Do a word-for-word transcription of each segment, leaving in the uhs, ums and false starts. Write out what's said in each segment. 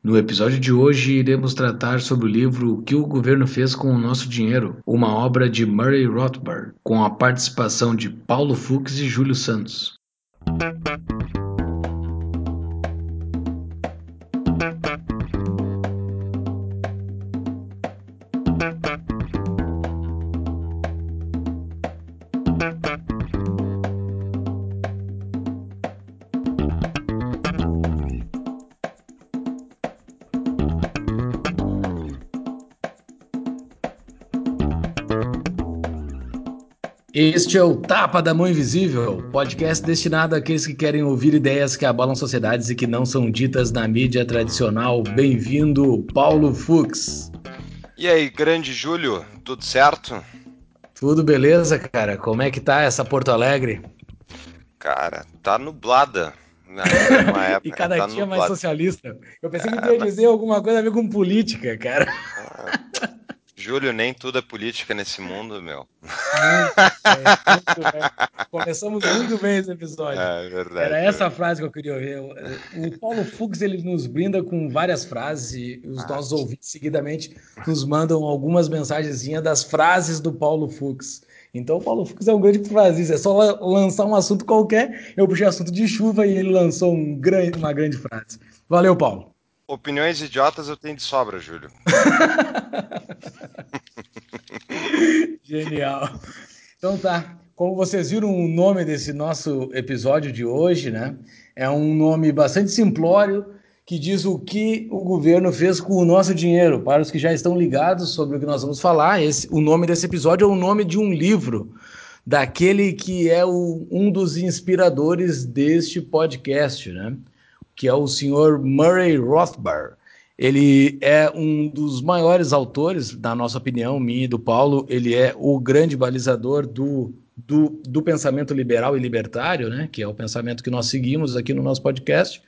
No episódio de hoje, iremos tratar sobre o livro O que o Governo Fez com o Nosso Dinheiro, uma obra de Murray Rothbard, com a participação de Paulo Fux e Júlio Santos. Este é o Tapa da Mão Invisível, podcast destinado àqueles que querem ouvir ideias que abalam sociedades e que não são ditas na mídia tradicional. Bem-vindo, Paulo Fux. E aí, grande Júlio, tudo certo? Tudo beleza, cara? Como é que tá essa Porto Alegre? Cara, tá nublada. Ainda numa E época, cada tá dia mais nublada. socialista. Eu pensei que tu É, ia mas, dizer alguma coisa a ver com política, cara. ah, Júlio, nem tudo é política nesse mundo, meu. Muito bem, muito bem. Começamos muito bem esse episódio. É Era verdade, é essa verdade. frase que eu queria ouvir. O Paulo Fux, ele nos brinda com várias frases e os Ah, nossos ouvintes seguidamente nos mandam algumas mensagenzinhas das frases do Paulo Fux. Então o Paulo Fux é um grande frasista, é só la- lançar um assunto qualquer, eu puxei assunto de chuva e ele lançou um grande, uma grande frase. Valeu, Paulo. opiniões idiotas eu tenho de sobra, Júlio. Genial. Então tá, como vocês viram o nome desse nosso episódio de hoje, né? É um nome bastante simplório que diz o que o governo fez com o nosso dinheiro. Para os que já estão ligados sobre o que nós vamos falar, esse, o nome desse episódio é o nome de um livro daquele que é o, um dos inspiradores deste podcast, né? Que é o senhor Murray Rothbard. Ele é um dos maiores autores, na nossa opinião, minha e do Paulo. Ele é o grande balizador do, do, do pensamento liberal e libertário, né? Que é o pensamento que nós seguimos aqui no nosso podcast.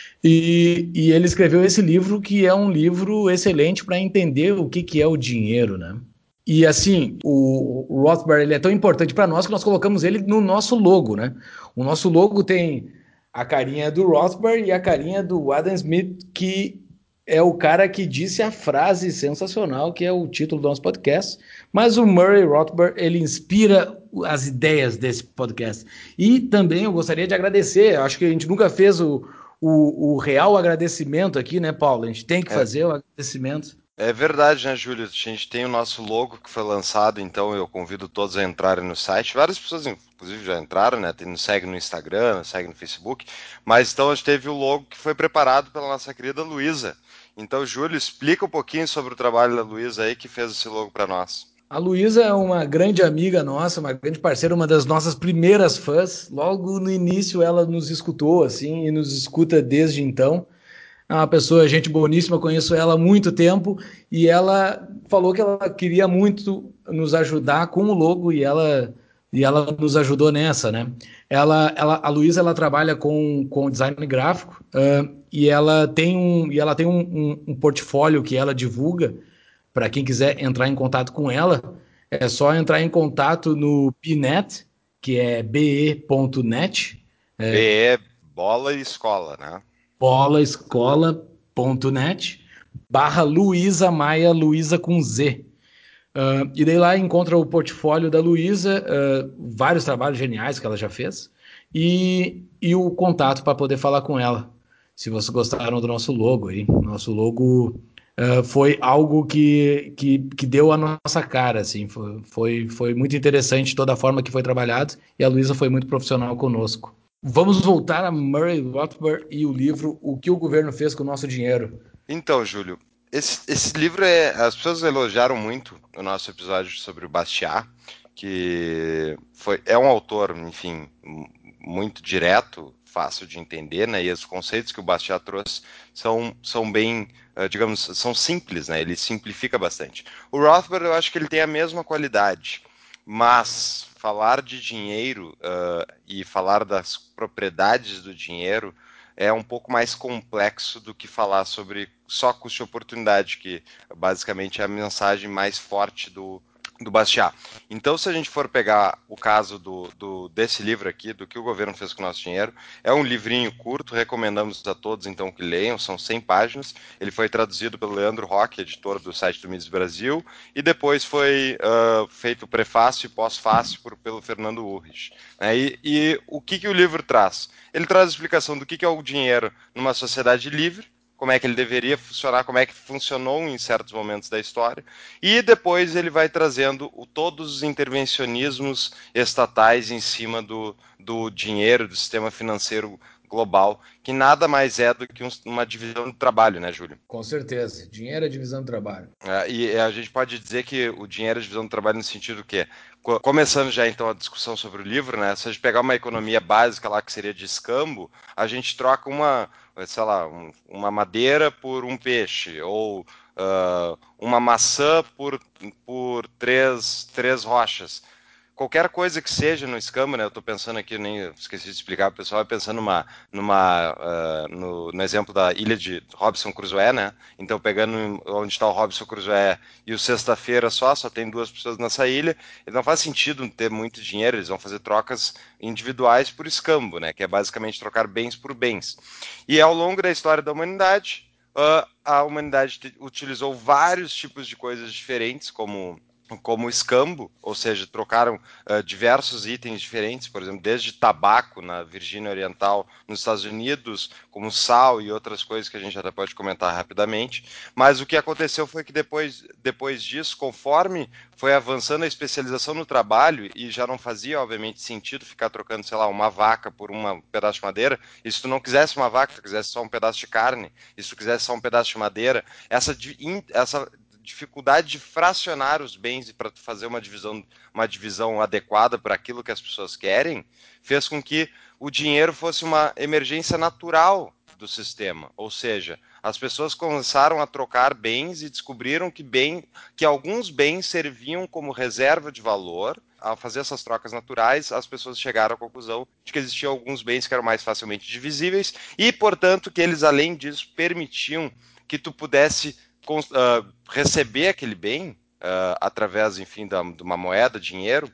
E, e ele escreveu esse livro, que é um livro excelente para entender o que, que é o dinheiro, né? E assim, o, o Rothbard ele é tão importante para nós que nós colocamos ele no nosso logo, né? O nosso logo tem a carinha do Rothbard e a carinha do Adam Smith, que é o cara que disse a frase sensacional que é o título do nosso podcast. Mas o Murray Rothbard ele inspira as ideias desse podcast. E também eu gostaria de agradecer. Acho que a gente nunca fez o, o, o real agradecimento aqui, né, Paulo? A gente tem que É, fazer o agradecimento. é verdade, né, Júlio? A gente tem o nosso logo que foi lançado, então eu convido todos a entrarem no site. Várias pessoas, inclusive, já entraram, né? Nos segue no Instagram, nos segue no Facebook. Mas então a gente teve o logo que foi preparado pela nossa querida Luísa. Então, Júlio, explica um pouquinho sobre o trabalho da Luísa aí que fez esse logo para nós. A Luísa é uma grande amiga nossa, uma grande parceira, uma das nossas primeiras fãs. Logo no início ela nos escutou assim e nos escuta desde então. É uma pessoa, gente boníssima, conheço ela há muito tempo e ela falou que ela queria muito nos ajudar com o logo e ela e ela nos ajudou nessa, né? Ela, ela a Luísa ela trabalha com, com design gráfico uh, e ela tem um e ela tem um, um, um portfólio que ela divulga para quem quiser entrar em contato com ela. É só entrar em contato no Pnet, que é be ponto net, B é bola e escola, né? bolaescola.net barra Luísa Maia, Luísa com Z. Uh, e daí lá encontra o portfólio da Luísa, uh, vários trabalhos geniais que ela já fez, e, e o contato para poder falar com ela. Se vocês gostaram do nosso logo aí. Nosso logo uh, foi algo que, que, que deu a nossa cara, assim. Foi, foi, foi muito interessante toda a forma que foi trabalhado, e a Luísa foi muito profissional conosco. Vamos voltar a Murray Rothbard e o livro O que o Governo Fez com o Nosso Dinheiro. Então, Júlio, esse, esse livro é. As pessoas elogiaram muito o nosso episódio sobre o Bastiat, que foi, é um autor, enfim, muito direto, fácil de entender, né? E os conceitos que o Bastiat trouxe são, são bem, digamos, são simples, né? Ele simplifica bastante. O Rothbard, eu acho que ele tem a mesma qualidade, mas falar de dinheiro uh, e falar das propriedades do dinheiro é um pouco mais complexo do que falar sobre só custo de oportunidade, que basicamente é a mensagem mais forte do, do Bastiat. Então, se a gente for pegar o caso do, do, desse livro aqui, do que o governo fez com o nosso dinheiro, é um livrinho curto, recomendamos a todos então que leiam, são cem páginas, ele foi traduzido pelo Leandro Roque, editor do site do Mides Brasil, e depois foi uh, feito o prefácio e pós-fácio por, pelo Fernando Urrich. Né? E, e o que, que o livro traz? Ele traz a explicação do que, que é o dinheiro numa sociedade livre, como é que ele deveria funcionar, como é que funcionou em certos momentos da história, e depois ele vai trazendo o, todos os intervencionismos estatais em cima do, do dinheiro, do sistema financeiro global, que nada mais é do que um, uma divisão do trabalho, né, Júlio? Com certeza. Dinheiro é divisão do trabalho. É, e a gente pode dizer que o dinheiro é divisão do trabalho no sentido que, começando já então a discussão sobre o livro, né? Se a gente pegar uma economia básica lá que seria de escambo, a gente troca uma, sei lá, um, uma madeira por um peixe, ou uh, uma maçã por, por três, três rochas. Qualquer coisa que seja no escambo, né? Eu estou pensando aqui, nem esqueci de explicar, o pessoal vai pensando numa, numa, uh, no, no exemplo da ilha de Robinson Crusoe, né? Então, pegando onde está o Robinson Crusoe e o sexta-feira só, só tem duas pessoas nessa ilha, não faz sentido ter muito dinheiro, eles vão fazer trocas individuais por escambo, né? Que é basicamente trocar bens por bens. E ao longo da história da humanidade, uh, a humanidade utilizou vários tipos de coisas diferentes, como como escambo, ou seja, trocaram uh, diversos itens diferentes, por exemplo, desde tabaco na Virgínia Oriental, nos Estados Unidos, como sal e outras coisas que a gente até pode comentar rapidamente. Mas o que aconteceu foi que depois, depois disso, conforme foi avançando a especialização no trabalho, e já não fazia, obviamente, sentido ficar trocando, sei lá, uma vaca por um pedaço de madeira, e se tu não quisesse uma vaca, tu quisesse só um pedaço de carne, e se tu quisesse só um pedaço de madeira, essa, essa dificuldade de fracionar os bens para fazer uma divisão, uma divisão adequada para aquilo que as pessoas querem, fez com que o dinheiro fosse uma emergência natural do sistema. Ou seja, as pessoas começaram a trocar bens e descobriram que, bem, que alguns bens serviam como reserva de valor. Ao fazer essas trocas naturais, as pessoas chegaram à conclusão de que existiam alguns bens que eram mais facilmente divisíveis e, portanto, que eles, além disso, permitiam que tu pudesse Uh, receber aquele bem uh, através, enfim, da, de uma moeda, dinheiro,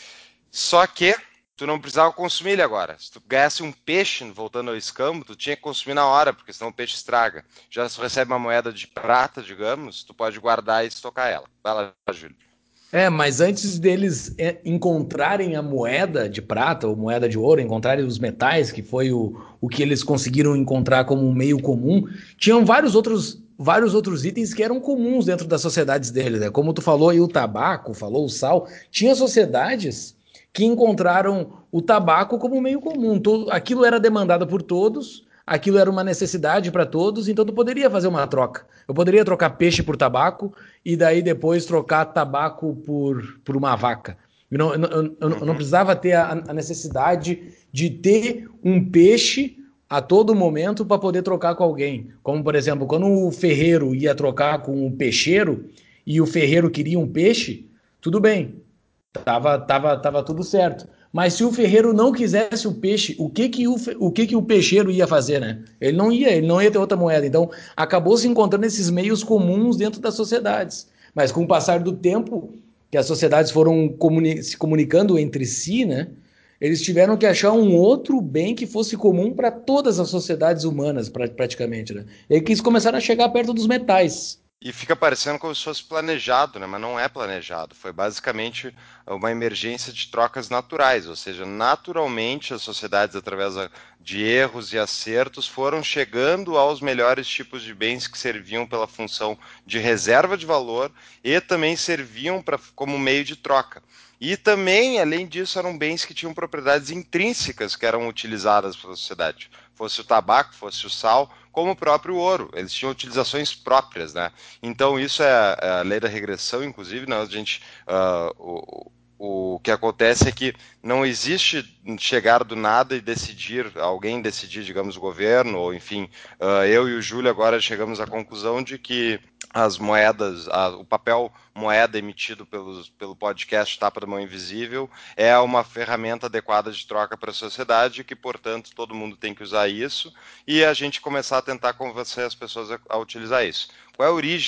só que tu não precisava consumir ele agora. Se tu ganhasse um peixe, voltando ao escambo, tu tinha que consumir na hora, porque senão o peixe estraga. Já se tu recebe uma moeda de prata, digamos, tu pode guardar e estocar ela. Vai lá, Júlio. É, mas antes deles é, encontrarem a moeda de prata ou moeda de ouro, encontrarem os metais, que foi o, o que eles conseguiram encontrar como um meio comum, tinham vários outros, vários outros itens que eram comuns dentro das sociedades deles. Né? Como tu falou aí, o tabaco, falou o sal, tinha sociedades que encontraram o tabaco como um meio comum. Todo, aquilo era demandado por todos, aquilo era uma necessidade para todos, então tu poderia fazer uma troca. Eu poderia trocar peixe por tabaco e daí depois trocar tabaco por, por uma vaca. Eu não, eu, eu, eu não Uhum. precisava ter a, a necessidade de ter um peixe a todo momento para poder trocar com alguém. Como, por exemplo, quando o ferreiro ia trocar com o peixeiro e o ferreiro queria um peixe, tudo bem, tava, tava, tava tudo certo. Mas se o ferreiro não quisesse o peixe, o que que o, o que que o peixeiro ia fazer, né? Ele não ia, ele não ia ter outra moeda. Então, acabou se encontrando esses meios comuns dentro das sociedades. Mas com o passar do tempo, que as sociedades foram comuni se comunicando entre si, né? Eles tiveram que achar um outro bem que fosse comum para todas as sociedades humanas, pra, praticamente, né? E eles começaram a chegar perto dos metais. E fica parecendo como se fosse planejado, né? Mas não é planejado. Foi basicamente uma emergência de trocas naturais, ou seja, naturalmente as sociedades, através de erros e acertos, foram chegando aos melhores tipos de bens que serviam pela função de reserva de valor e também serviam pra, como meio de troca. E também, além disso, eram bens que tinham propriedades intrínsecas que eram utilizadas pela sociedade. Fosse o tabaco, fosse o sal, como o próprio ouro. Eles tinham utilizações próprias, né? Então, isso é a, é a lei da regressão, inclusive, né? A gente, uh, o, o que acontece é que não existe chegar do nada e decidir, alguém decidir, digamos, o governo, ou enfim, uh, eu e o Júlio agora chegamos à conclusão de que as moedas, a, o papel moeda emitido pelos, pelo podcast Tapa da Mão Invisível é uma ferramenta adequada de troca para a sociedade, que, portanto, todo mundo tem que usar isso, e a gente começar a tentar convencer as pessoas a, a utilizar isso. Qual é a origem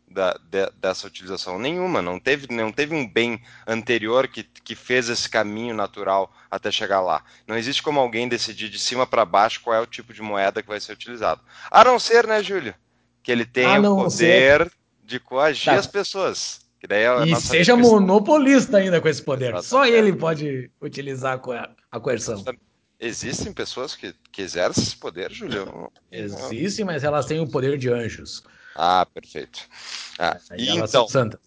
da, de, dessa utilização? Nenhuma, não teve, não teve um bem anterior que, que fez esse caminho natural até chegar lá. Não existe como alguém decidir de cima para baixo qual é o tipo de moeda que vai ser utilizado. A não ser, né, Júlio, que ele A tenha o não ser. poder de coagir as Tá. pessoas. Que daí é a E nossa seja amiga. monopolista ainda com esse poder. Só ele Exatamente. pode utilizar a coer- a coerção. Existem pessoas que, que exercem esse poder, Júlio? Não- não- Existe, mas elas têm o poder de anjos. Ah, perfeito. Ah, Aí e elas são então, santas.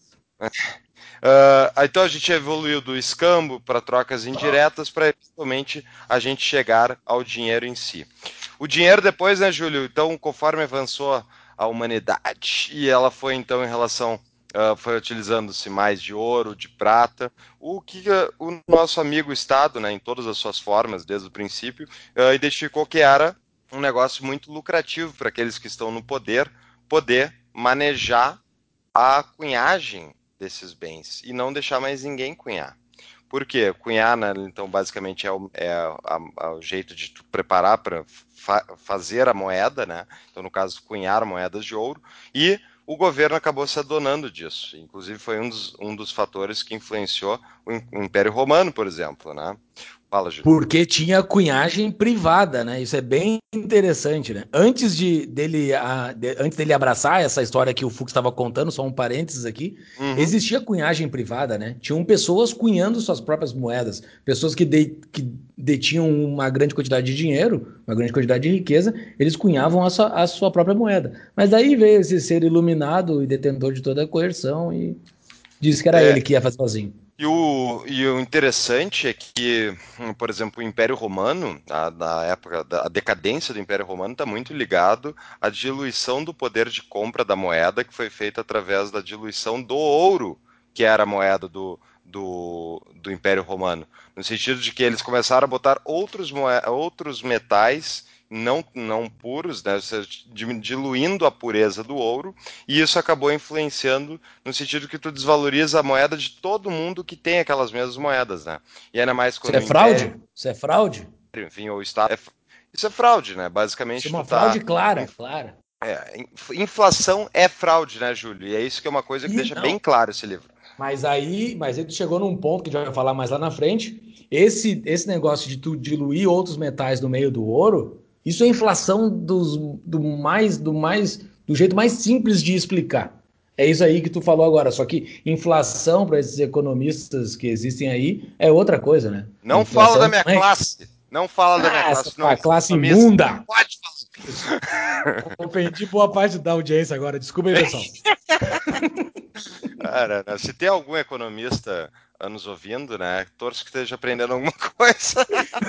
ah, então a gente evoluiu do escambo para trocas indiretas para eventualmente a gente chegar ao dinheiro em si. O dinheiro depois, né, Júlio? Então, conforme avançou a humanidade e ela foi então em relação, ah, foi utilizando-se mais de ouro, de prata, o que ah, o nosso amigo Estado, né, em todas as suas formas, desde o princípio, ah, identificou que era um negócio muito lucrativo para aqueles que estão no poder, poder manejar a cunhagem desses bens e não deixar mais ninguém cunhar. Por quê? Cunhar, né, então, basicamente é o, é a, a, o jeito de tu preparar para fa fazer a moeda, né? Então, no caso, cunhar moedas de ouro, e o governo acabou se adonando disso. Inclusive, foi um dos, um dos fatores que influenciou o, o Império Romano, por exemplo, né? Fala, Júlio. Porque tinha cunhagem privada, né? Isso é bem interessante, né? Antes de dele, a, de, antes dele abraçar essa história que o Fux estava contando, só um parênteses aqui, Uhum. existia cunhagem privada, né? Tinham pessoas cunhando suas próprias moedas, pessoas que, de, que detinham uma grande quantidade de dinheiro, uma grande quantidade de riqueza, eles cunhavam a sua, a sua própria moeda. Mas daí veio esse ser iluminado e detentor de toda a coerção e disse que era É, ele que ia fazer sozinho. E o, e o interessante é que, hum, por exemplo, o Império Romano, a, na época da a decadência do Império Romano, está muito ligado à diluição do poder de compra da moeda, que foi feita através da diluição do ouro, que era a moeda do, do, do Império Romano. No sentido de que eles começaram a botar outros, outros metais não, não puros, né, diluindo a pureza do ouro, e isso acabou influenciando no sentido que tu desvaloriza a moeda de todo mundo que tem aquelas mesmas moedas, né? E ainda mais Isso quando é o Império, fraude? Isso é fraude? enfim, ou o Estado... É, isso é fraude, né? Isso é Basicamente tu uma tá... fraude clara, clara. É, inflação é fraude, né, Júlio? E é isso que é uma coisa que E deixa bem não. claro esse livro. Mas aí, mas aí tu chegou num ponto que a gente vai falar mais lá na frente. Esse, esse negócio de tu diluir outros metais no meio do ouro, isso é inflação dos, do mais, do mais, do jeito mais simples de explicar. É isso aí que tu falou agora. Só que inflação para esses economistas que existem aí é outra coisa, né? Não fala da Inflação minha não é. classe. Não fala da minha Ah, classe, essa não. classe Economista. Não imunda! pode falar. Ofendi boa parte da audiência agora. Desculpa aí, pessoal. Cara, né, se tem algum economista nos ouvindo, né? Torço que esteja aprendendo alguma coisa.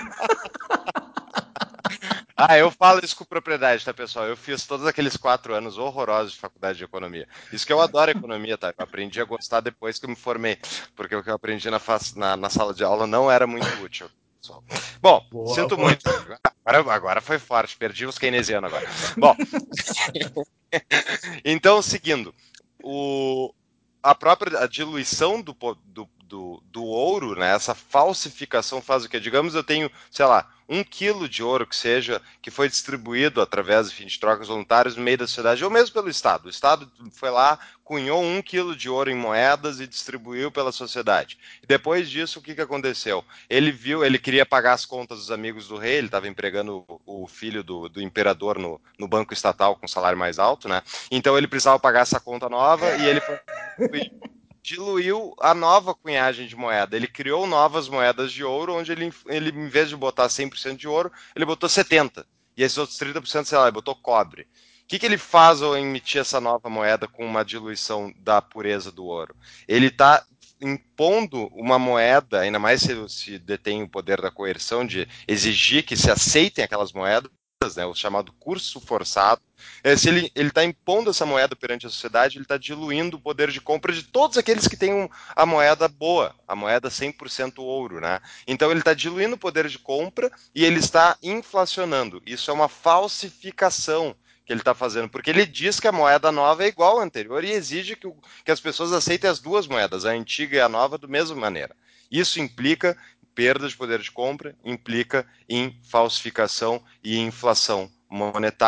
Ah, eu falo isso com propriedade, tá, pessoal? Eu fiz todos aqueles quatro anos horrorosos de faculdade de economia. Isso que eu adoro economia, tá? Eu aprendi a gostar depois que eu me formei, porque o que eu aprendi na, na, na sala de aula não era muito útil, pessoal. Bom, Boa, sinto boa. muito. Agora, agora foi forte, perdi os keynesianos agora. Bom, então, seguindo, o, a própria a diluição do, do, do, do ouro, né, essa falsificação faz o quê? Digamos eu tenho, sei lá, um quilo de ouro que seja, que foi distribuído através, enfim, de trocas voluntárias no meio da sociedade, ou mesmo pelo Estado. O Estado foi lá, cunhou um quilo de ouro em moedas e distribuiu pela sociedade. E depois disso, o que, que aconteceu? Ele viu, ele queria pagar as contas dos amigos do rei, ele estava empregando o, o filho do, do imperador no, no banco estatal com salário mais alto, né? Então ele precisava pagar essa conta nova e ele foi diluiu a nova cunhagem de moeda. Ele criou novas moedas de ouro, onde ele, ele em vez de botar cem por cento de ouro, ele botou setenta por cento. E esses outros trinta por cento, sei lá, ele botou cobre. O que, que ele faz ao emitir essa nova moeda com uma diluição da pureza do ouro? Ele está impondo uma moeda, ainda mais se, se detém o poder da coerção de exigir que se aceitem aquelas moedas, né, o chamado curso forçado. É, se ele está impondo essa moeda perante a sociedade, ele está diluindo o poder de compra de todos aqueles que têm um, a moeda boa, a moeda cem por cento ouro, né? Então ele está diluindo o poder de compra e ele está inflacionando. Isso é uma falsificação que ele está fazendo, porque ele diz que a moeda nova é igual à anterior e exige que, o, que as pessoas aceitem as duas moedas, a antiga e a nova, da mesma maneira. Isso implica perda de poder de compra, implica em falsificação e inflação monetária.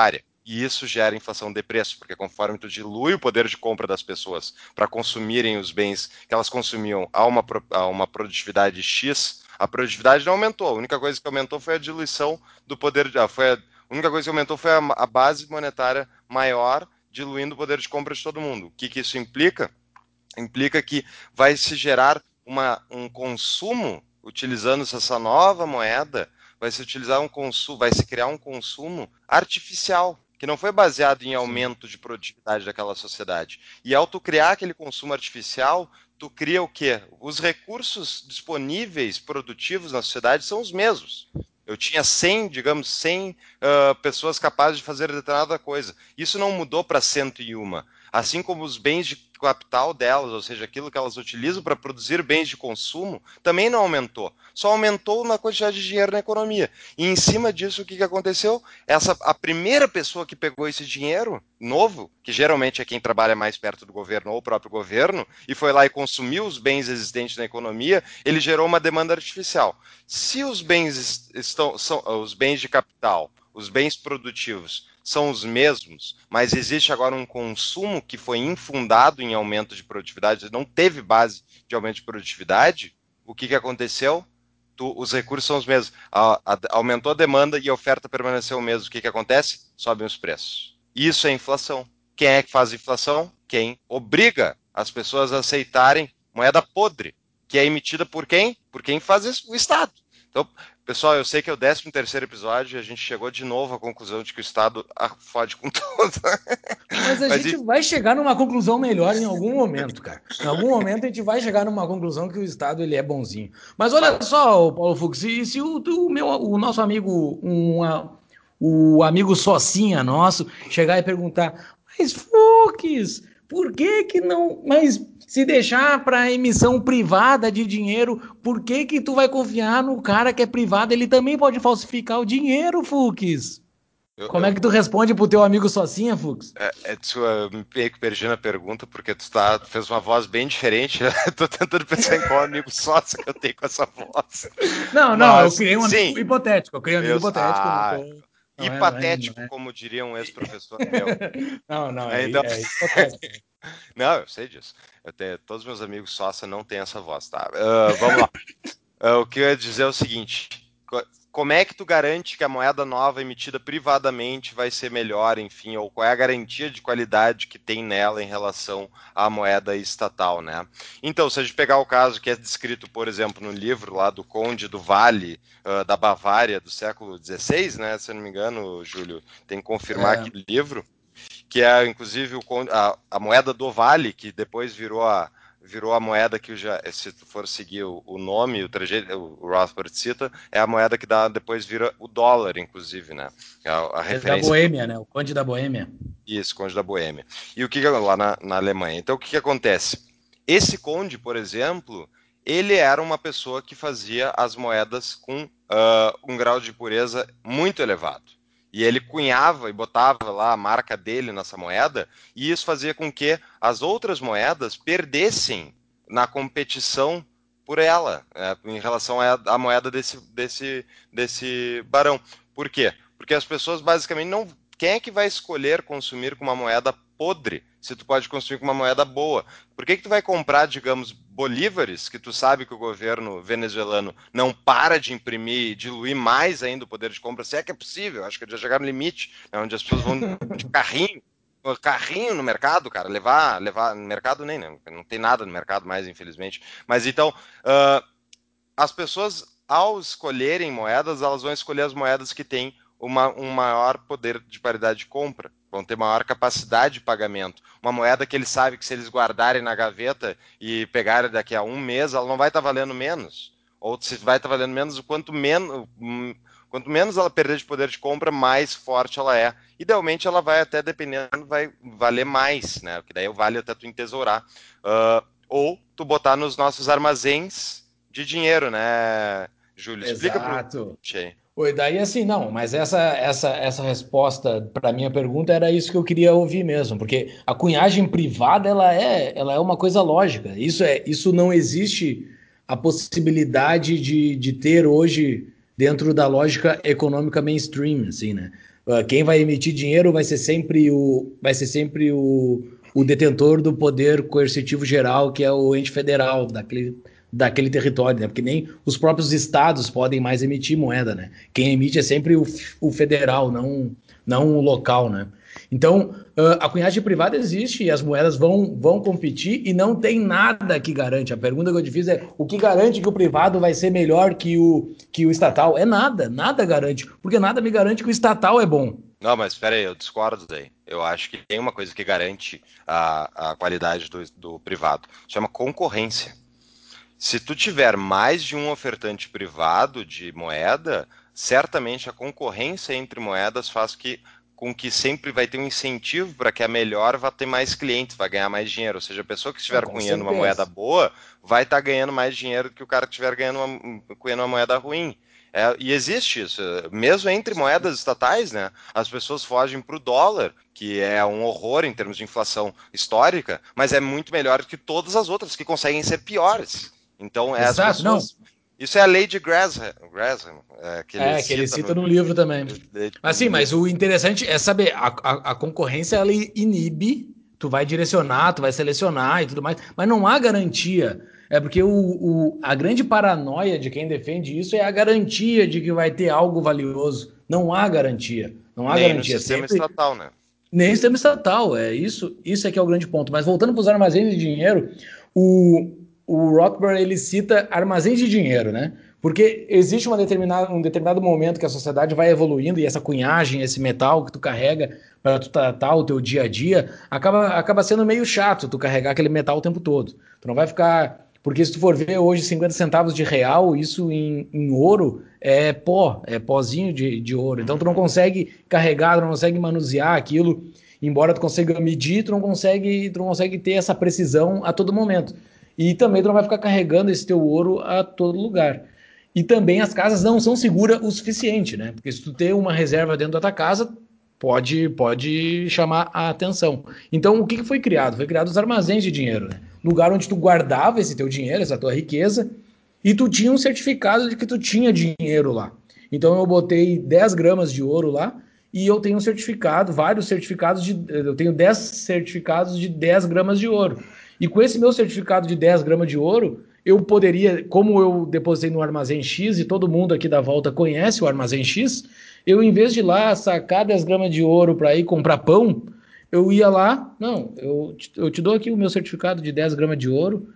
E isso gera inflação de preço, porque conforme tu dilui o poder de compra das pessoas para consumirem os bens que elas consumiam a uma, a uma produtividade X, a produtividade não aumentou. A única coisa que aumentou foi a diluição do poder de... Foi a, a única coisa que aumentou foi a, a base monetária maior, diluindo o poder de compra de todo mundo. O que, que isso implica? Implica que vai se gerar uma, um consumo, utilizando essa nova moeda, vai se utilizar um consumo, vai se criar um consumo artificial, que não foi baseado em aumento de produtividade daquela sociedade. E ao tu criar aquele consumo artificial, tu cria o quê? Os recursos disponíveis produtivos na sociedade são os mesmos. Eu tinha cem, digamos, cem uh, pessoas capazes de fazer determinada coisa. Isso não mudou para cento e um. Assim como os bens de capital delas, ou seja, aquilo que elas utilizam para produzir bens de consumo, também não aumentou. Só aumentou na quantidade de dinheiro na economia. E em cima disso, o que, que aconteceu? Essa, a primeira pessoa que pegou esse dinheiro novo, que geralmente é quem trabalha mais perto do governo ou o próprio governo, e foi lá e consumiu os bens existentes na economia, ele gerou uma demanda artificial. Se os bens estão, são os bens de capital, os bens produtivos, são os mesmos, mas existe agora um consumo que foi infundado em aumento de produtividade, não teve base de aumento de produtividade, o que, que aconteceu? Tu, os recursos são os mesmos. A, a, aumentou a demanda e a oferta permaneceu o mesmo. O que, que acontece? Sobem os preços. Isso é inflação. Quem é que faz inflação? Quem obriga as pessoas a aceitarem moeda podre, que é emitida por quem? Por quem faz isso? O Estado. Então, pessoal, eu sei que é o décimo terceiro episódio e a gente chegou de novo à conclusão de que o Estado fode com tudo. Mas a Mas gente e... vai chegar numa conclusão melhor em algum momento, cara. Em algum momento a gente vai chegar numa conclusão que o Estado ele é bonzinho. Mas olha Mas... só, Paulo Fux, se, se o, o, meu, o nosso amigo, um, o amigo Socinha nosso, chegar e perguntar, mas Fux, por que que não... Mas se deixar para emissão privada de dinheiro, por que que tu vai confiar no cara que é privado? Ele também pode falsificar o dinheiro, Fux. Eu, Como eu, é que tu responde pro teu amigo Socinha, Fux? É, é, eu me perdi na pergunta, porque tu, tá, tu fez uma voz bem diferente. Tô tentando pensar em qual amigo sócio que eu tenho com essa voz. Não, Mas, não, eu criei um amigo sim, hipotético. Eu criei um amigo eu, hipotético. Ah, não tô, não hipotético, é, não é, não é. Como diria um ex-professor meu. Não, não, é, então... é hipotético. Não, eu sei disso. Eu tenho, todos os meus amigos sócia não têm essa voz, tá? Uh, vamos lá. Uh, o que eu ia dizer é o seguinte: como é que tu garante que a moeda nova emitida privadamente vai ser melhor, enfim, ou qual é a garantia de qualidade que tem nela em relação à moeda estatal, né? Então, se a gente pegar o caso que é descrito, por exemplo, no livro lá do Conde do Vale, uh, da Bavária, do século dezesseis, né? Se eu não me engano, Júlio, tem que confirmar é. aquele livro, que é, inclusive, o, a, a moeda do Vale, que depois virou a virou a moeda que já, se tu for seguir o, o nome, o trajeto, o Rothbard cita, é a moeda que dá, depois vira o dólar, inclusive, né? A, a referência da Boêmia, do... né? O Conde da Boêmia. Isso, Conde da Boêmia. E o que lá na, na Alemanha? Então, o que, que acontece? Esse conde, por exemplo, ele era uma pessoa que fazia as moedas com uh, um grau de pureza muito elevado. E ele cunhava e botava lá a marca dele nessa moeda, e isso fazia com que as outras moedas perdessem na competição por ela, é, em relação à moeda desse, desse, desse barão. Por quê? Porque as pessoas basicamente não... Quem é que vai escolher consumir com uma moeda podre, se tu pode consumir com uma moeda boa? Por que que tu vai comprar, digamos, bolívares, que tu sabe que o governo venezuelano não para de imprimir e diluir mais ainda o poder de compra, se é que é possível? Acho que já chegaram no limite, né, onde as pessoas vão de carrinho, carrinho no mercado, cara, levar, levar no mercado nem, né? Não tem nada no mercado mais, infelizmente. Mas então, uh, as pessoas, ao escolherem moedas, elas vão escolher as moedas que têm uma, um maior poder de paridade de compra, vão ter maior capacidade de pagamento. Uma moeda que eles sabem que se eles guardarem na gaveta e pegarem daqui a um mês, ela não vai estar valendo menos. Ou se vai estar valendo menos, quanto menos, quanto menos ela perder de poder de compra, mais forte ela é. Idealmente ela vai até, dependendo, vai valer mais, né? Que daí vale até tu entesourar. Uh, ou tu botar nos nossos armazéns de dinheiro, né, Júlio? Explica Exato. Pro... Oi, daí assim, não, mas essa, essa, essa resposta para a minha pergunta era isso que eu queria ouvir mesmo, porque a cunhagem privada, ela é, ela é uma coisa lógica, isso, é, isso não existe a possibilidade de, de ter hoje dentro da lógica econômica mainstream, assim, né? Uh, quem vai emitir dinheiro vai ser sempre o, vai ser sempre o, o detentor do poder coercitivo geral, que é o ente federal daquele, daquele território, né? Porque nem os próprios estados podem mais emitir moeda, né? Quem emite é sempre o, o federal, não, não o local, né? Então, uh, a cunhagem privada existe e as moedas vão, vão competir e não tem nada que garante. A pergunta que eu te fiz é o que garante que o privado vai ser melhor que o, que o estatal? É nada, nada garante, porque nada me garante que o estatal é bom. Não, mas espera aí, eu discordo daí. Eu acho que tem uma coisa que garante a, a qualidade do, do privado. Chama concorrência. Se tu tiver mais de um ofertante privado de moeda, certamente a concorrência entre moedas faz que, com que sempre vai ter um incentivo para que a melhor vá ter mais clientes, vai ganhar mais dinheiro. Ou seja, a pessoa que Ah, estiver com cunhando uma moeda certeza. boa vai estar ganhando mais dinheiro do que o cara que estiver ganhando uma, cunhando uma moeda ruim. É, e existe isso, mesmo entre moedas estatais, né? As pessoas fogem para o dólar, que é um horror em termos de inflação histórica, mas é muito melhor que todas as outras que conseguem ser piores. Então, é, as Exato, não. pessoas. Isso é a lei de Gresham, Gresham é, que ele É, que ele cita cita no, no livro também. Mas no sim, mas livro. o interessante é saber, a, a, a concorrência ela inibe, tu vai direcionar, tu vai selecionar e tudo mais, mas não há garantia. É porque o, o, a grande paranoia de quem defende isso é a garantia de que vai ter algo valioso. Não há garantia. Não há Nem no garantia. sistema Sempre. estatal, né? Nem sistema estatal, é isso, isso é que é o grande ponto. Mas voltando para os armazéns de dinheiro, o, o Rothbard ele cita armazéns de dinheiro, né? Porque existe uma determinada, um determinado momento que a sociedade vai evoluindo e essa cunhagem, esse metal que tu carrega para tu tratar o teu dia a dia, acaba, acaba sendo meio chato tu carregar aquele metal o tempo todo. Tu não vai ficar. Porque se tu for ver hoje cinquenta centavos de real, isso em, em ouro é pó, é pozinho de, de ouro. Então tu não consegue carregar, tu não consegue manusear aquilo. Embora tu consiga medir, tu não consegue, tu não consegue ter essa precisão a todo momento. E também tu não vai ficar carregando esse teu ouro a todo lugar. E também as casas não são seguras o suficiente, né? Porque se tu ter uma reserva dentro da tua casa, pode, pode chamar a atenção. Então, o que foi criado? Foi criado os armazéns de dinheiro, né? Lugar onde tu guardava esse teu dinheiro, essa tua riqueza, e tu tinha um certificado de que tu tinha dinheiro lá. Então, eu botei dez gramas de ouro lá e eu tenho um certificado, vários certificados de. Eu tenho dez certificados de dez gramas de ouro. E com esse meu certificado de dez gramas de ouro, eu poderia, como eu depositei no Armazém X e todo mundo aqui da volta conhece o Armazém X, eu, em vez de ir lá sacar dez gramas de ouro para ir comprar pão, eu ia lá, não, eu, eu te dou aqui o meu certificado de dez gramas de ouro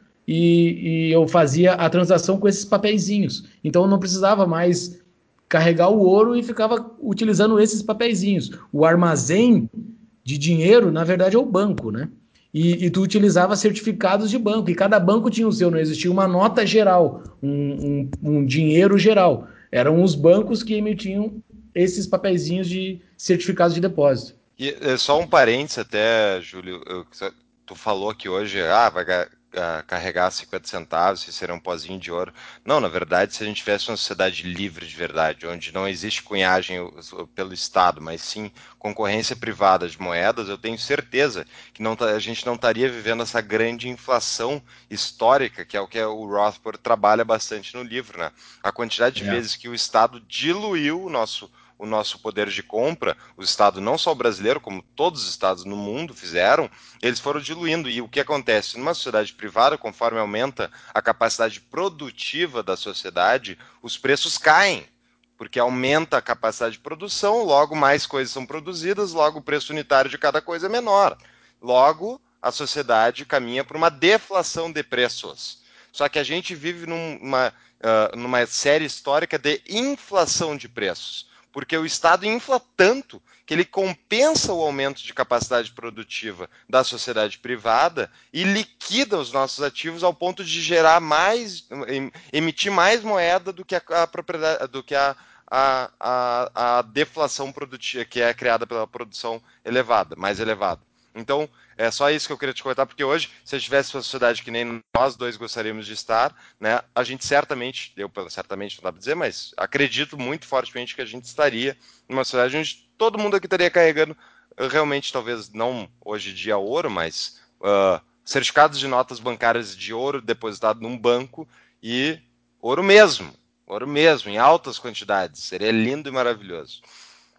e, e eu fazia a transação com esses papeizinhos. Então eu não precisava mais carregar o ouro e ficava utilizando esses papeizinhos. O armazém de dinheiro, na verdade, é o banco, né? E, e tu utilizava certificados de banco, e cada banco tinha o seu, não existia uma nota geral, um, um, um dinheiro geral. Eram os bancos que emitiam esses papeizinhos de certificados de depósito. E é, só um parênteses até, Júlio, eu- tu falou que hoje ah, vai ga- ga- carregar cinquenta centavos, se será um pozinho de ouro. Não, na verdade, se a gente tivesse uma sociedade livre de verdade, onde não existe cunhagem uh, pelo Estado, mas sim concorrência privada de moedas, eu tenho certeza que não, tá- a gente não estaria vivendo essa grande inflação histórica, que é o que o Rothbard trabalha bastante no livro, né? A quantidade de É. vezes que o Estado diluiu o nosso o nosso poder de compra, o Estado, não só o brasileiro, como todos os Estados no mundo fizeram, eles foram diluindo. E o que acontece? Numa sociedade privada, conforme aumenta a capacidade produtiva da sociedade, os preços caem, porque aumenta a capacidade de produção, logo mais coisas são produzidas, logo o preço unitário de cada coisa é menor. Logo, a sociedade caminha para uma deflação de preços. Só que a gente vive numa, uh, numa série histórica de inflação de preços, porque o Estado infla tanto que ele compensa o aumento de capacidade produtiva da sociedade privada e liquida os nossos ativos ao ponto de gerar mais, emitir mais moeda do que a, a propriedade, do que a, a, a, a deflação produtiva que é criada pela produção elevada, mais elevada. Então, é só isso que eu queria te comentar, porque hoje, se eu tivesse uma sociedade que nem nós dois gostaríamos de estar, né, a gente certamente, eu certamente não dá para dizer, mas acredito muito fortemente que a gente estaria numa sociedade onde todo mundo aqui estaria carregando, realmente, talvez não hoje em dia ouro, mas uh, certificados de notas bancárias de ouro depositado num banco e ouro mesmo, ouro mesmo, em altas quantidades. Seria lindo e maravilhoso.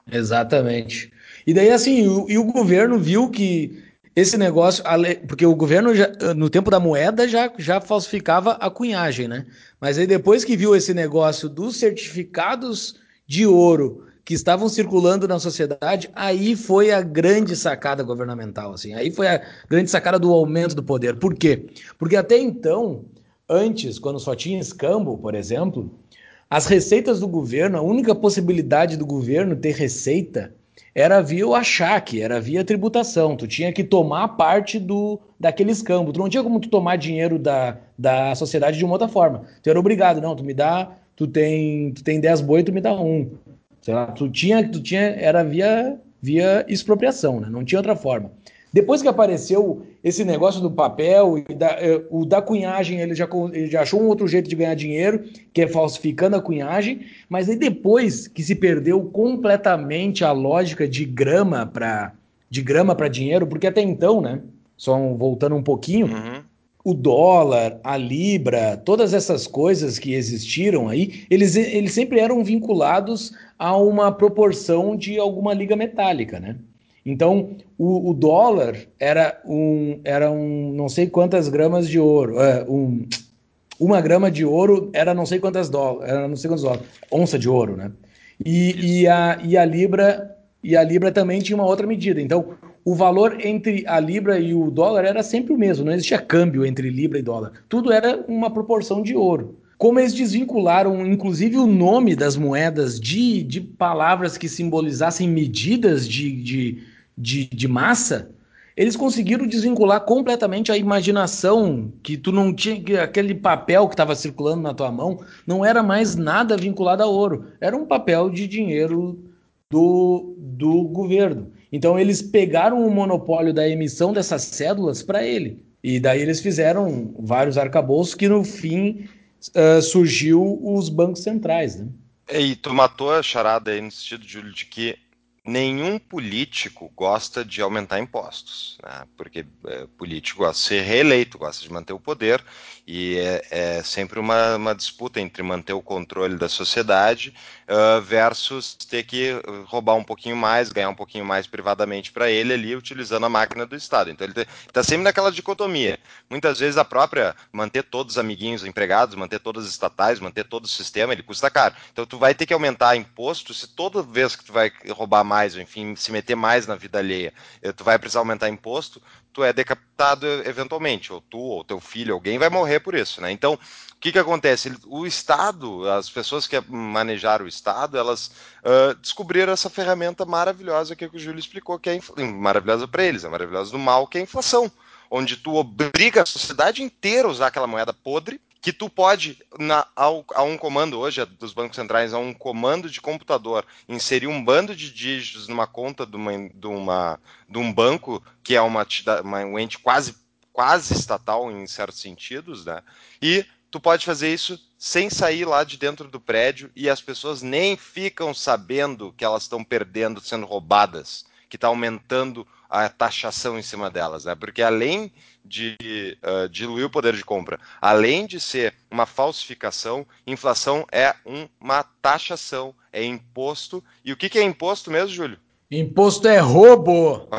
Exatamente. E daí, assim, o, e o governo viu que esse negócio, porque o governo, já, no tempo da moeda, já, já falsificava a cunhagem, né? Mas aí depois que viu esse negócio dos certificados de ouro que estavam circulando na sociedade, aí foi a grande sacada governamental, assim. Aí foi a grande sacada do aumento do poder. Por quê? Porque até então, antes, quando só tinha escambo, por exemplo, as receitas do governo, a única possibilidade do governo ter receita era via o achaque, era via tributação. Tu tinha que tomar parte do daquele escambo. Tu não tinha como tu tomar dinheiro da, da sociedade de uma outra forma. Tu era obrigado, não, tu me dá, tu tem, tu tem dez boi, tu me dá um. Sei lá, tu tinha, tu tinha, era via, via expropriação, né? Não tinha outra forma. Depois que apareceu esse negócio do papel e da, eh, o da cunhagem, ele já, ele já achou um outro jeito de ganhar dinheiro, que é falsificando a cunhagem, mas aí depois que se perdeu completamente a lógica de grama para de grama para dinheiro, porque até então, né, só voltando um pouquinho, Uhum. o dólar, a libra, todas essas coisas que existiram aí, eles, eles sempre eram vinculados a uma proporção de alguma liga metálica, né? Então, o, o dólar era um, era um não sei quantas gramas de ouro, é, um, uma grama de ouro era não sei quantas dólares, era não sei quantos dólares, onça de ouro, né? E, e, a, e a libra e a libra também tinha uma outra medida. Então, o valor entre a libra e o dólar era sempre o mesmo, não existia câmbio entre libra e dólar. Tudo era uma proporção de ouro. Como eles desvincularam, inclusive, o nome das moedas de, de palavras que simbolizassem medidas de, de, de, de massa, eles conseguiram desvincular completamente a imaginação, que tu não tinha, que aquele papel que estava circulando na tua mão não era mais nada vinculado a ouro, era um papel de dinheiro do, do governo. Então eles pegaram o monopólio da emissão dessas cédulas para ele. E daí eles fizeram vários arcabouços que no fim uh, surgiu os bancos centrais, né? E tu matou a charada aí no sentido, Júlio, de que nenhum político gosta de aumentar impostos, né? Porque é, político gosta de ser reeleito, gosta de manter o poder, e é, é sempre uma, uma disputa entre manter o controle da sociedade uh, versus ter que roubar um pouquinho mais, ganhar um pouquinho mais privadamente para ele ali, utilizando a máquina do Estado. Então ele está sempre naquela dicotomia. Muitas vezes a própria manter todos os amiguinhos empregados, manter todas as estatais, manter todo o sistema, ele custa caro. Então tu vai ter que aumentar imposto se toda vez que tu vai roubar mais, ou enfim, se meter mais na vida alheia, tu vai precisar aumentar imposto, tu é decapitado eventualmente, ou tu, ou teu filho, alguém vai morrer por isso, né? Então, o que que acontece? O Estado, as pessoas que manejaram o Estado, elas uh, descobriram essa ferramenta maravilhosa que o Júlio explicou, que é maravilhosa para eles, é maravilhosa do mal, que é a inflação, onde tu obriga a sociedade inteira a usar aquela moeda podre, que tu pode, na, ao, a um comando hoje, dos bancos centrais, a um comando de computador, inserir um bando de dígitos numa conta de, uma, de, uma, de um banco, que é uma, uma, um ente quase, quase estatal em certos sentidos, né? E tu pode fazer isso sem sair lá de dentro do prédio e as pessoas nem ficam sabendo que elas estão perdendo, sendo roubadas, que está aumentando a taxação em cima delas, né? Porque além de uh, diluir o poder de compra, além de ser uma falsificação, inflação é um, uma taxação, é imposto. E o que, que é imposto mesmo, Júlio? Imposto é roubo!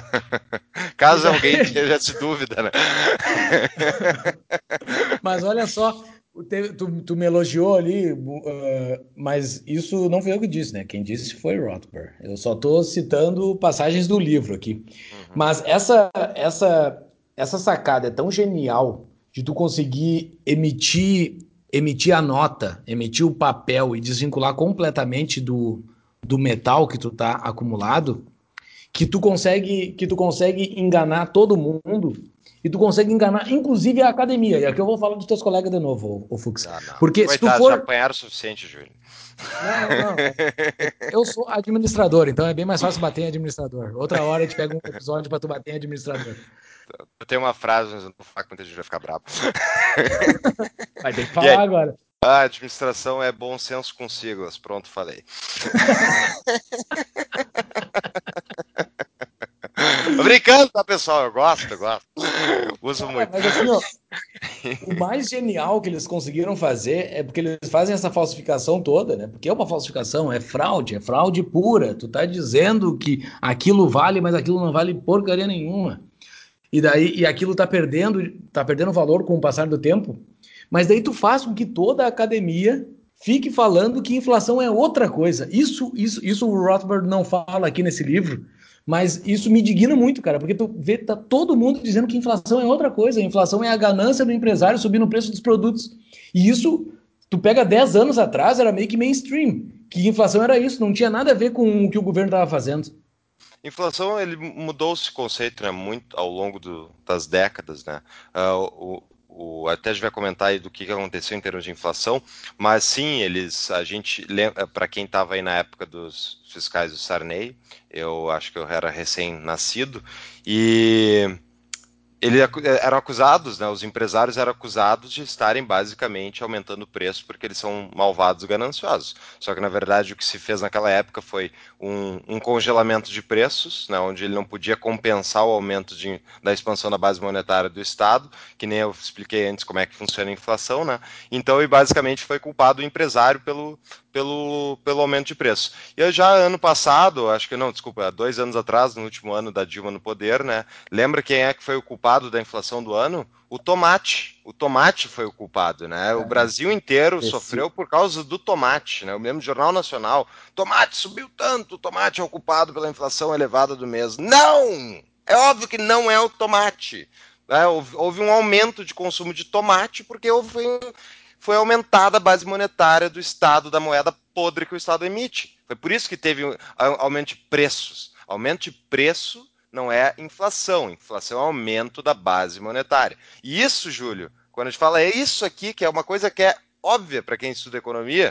Caso alguém tenha essa dúvida, né? Mas olha só, tu, tu me elogiou ali, uh, mas isso não foi eu que disse, né? Quem disse foi Rothbard. Eu só estou citando passagens do livro aqui. Uhum. Mas essa, essa, essa sacada é tão genial de tu conseguir emitir, emitir a nota, emitir o papel e desvincular completamente do, do metal que tu tá acumulado, que tu consegue, que tu consegue enganar todo mundo e tu consegue enganar, inclusive, a academia. E aqui eu vou falar dos teus colegas de novo, o, o Fux. Ah, não. Porque se tu Coitados, já for. apanharam o suficiente, Júlio. Não, não, não. É, é, eu sou administrador, então é bem mais fácil bater em administrador. Outra hora a gente pega um episódio para tu bater em administrador. Eu tenho uma frase, mas eu não vou falar que muita gente vai ficar bravo. Vai ter que E falar aí? agora. A administração é bom senso com siglas. Pronto, falei. Tô brincando, tá, pessoal? Eu gosto, eu gosto. Uso Cara, muito. mas assim, ó, o mais genial que eles conseguiram fazer é porque eles fazem essa falsificação toda, né? Porque é uma falsificação, é fraude, é fraude pura. Tu tá dizendo que aquilo vale, mas aquilo não vale porcaria nenhuma. E daí e aquilo tá perdendo, tá perdendo valor com o passar do tempo. Mas daí tu faz com que toda a academia fique falando que inflação é outra coisa. Isso, isso, isso o Rothbard não fala aqui nesse livro, mas isso me indigna muito, cara, porque tu vê tá todo mundo dizendo que inflação é outra coisa. A inflação é a ganância do empresário subindo o preço dos produtos. E isso, tu pega dez anos atrás, era meio que mainstream, que inflação era isso, não tinha nada a ver com o que o governo estava fazendo. Inflação, ele mudou esse conceito, né, muito ao longo do, das décadas, né? Uh, o, o, até a gente vai comentar aí do que aconteceu em termos de inflação, mas sim, eles, a gente lembra, para quem estava aí na época dos fiscais do Sarney, eu acho que eu era recém-nascido, e eles eram acusados, né, os empresários eram acusados de estarem basicamente aumentando o preço porque eles são malvados e gananciosos. Só que, na verdade, o que se fez naquela época foi um, um congelamento de preços, né, onde ele não podia compensar o aumento de, da expansão da base monetária do Estado, que nem eu expliquei antes como é que funciona a inflação, né? Então, e basicamente foi culpado o empresário pelo, pelo, pelo aumento de preço. E eu já ano passado, acho que não, desculpa, dois anos atrás, no último ano da Dilma no poder, né? Lembra quem é que foi o culpado da inflação do ano? O tomate. O tomate foi o culpado, né? O Brasil inteiro sofreu por causa do tomate, né? O mesmo Jornal Nacional. Tomate subiu tanto, o tomate é o culpado pela inflação elevada do mês. Não! É óbvio que não é o tomate. Né? Houve, houve um aumento de consumo de tomate porque houve, foi, foi aumentada a base monetária do Estado, da moeda podre que o Estado emite. Foi por isso que teve um aumento de preços. Aumento de preço não é inflação. Inflação é aumento da base monetária. E isso, Júlio, quando a gente fala é isso aqui, que é uma coisa que é óbvia para quem estuda economia,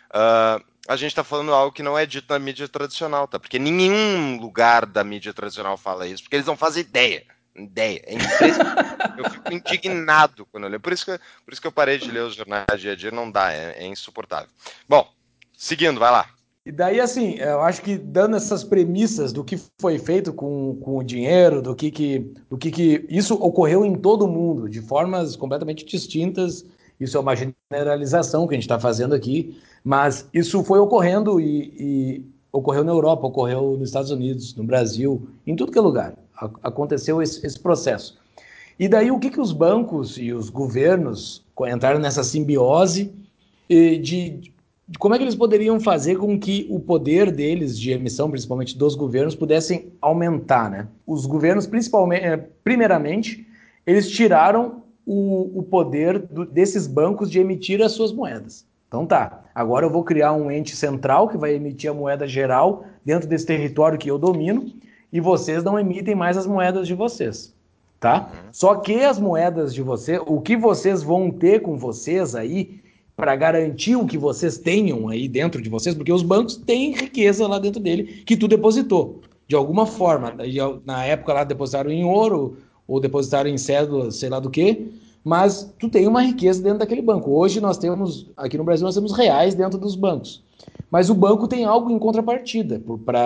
uh, a gente está falando algo que não é dito na mídia tradicional, tá? Porque nenhum lugar da mídia tradicional fala isso, porque eles não fazem ideia. Ideia. É impressionante. Eu fico indignado quando eu leio. Por isso que, por isso que eu parei de ler os jornais dia a dia, não dá, é, é insuportável. Bom, seguindo, vai lá. E daí, assim, eu acho que dando essas premissas do que foi feito com, com o dinheiro, do que que, do que que isso ocorreu em todo o mundo, de formas completamente distintas. Isso é uma generalização que a gente está fazendo aqui, mas isso foi ocorrendo e, e ocorreu na Europa, ocorreu nos Estados Unidos, no Brasil, em tudo que é lugar. Aconteceu esse, esse processo. E daí o que, que os bancos e os governos entraram nessa simbiose de, de como é que eles poderiam fazer com que o poder deles de emissão, principalmente dos governos, pudessem aumentar, né? Os governos, principalmente, primeiramente, eles tiraram o, o poder do, desses bancos de emitir as suas moedas. Então tá, agora eu vou criar um ente central que vai emitir a moeda geral dentro desse território que eu domino e vocês não emitem mais as moedas de vocês, tá? Uhum. Só que as moedas de você, o que vocês vão ter com vocês aí para garantir o que vocês tenham aí dentro de vocês, porque os bancos têm riqueza lá dentro dele que tu depositou. De alguma forma, na época lá depositaram em ouro ou depositaram em cédula, sei lá do que, mas tu tem uma riqueza dentro daquele banco. Hoje nós temos, aqui no Brasil, nós temos reais dentro dos bancos. Mas o banco tem algo em contrapartida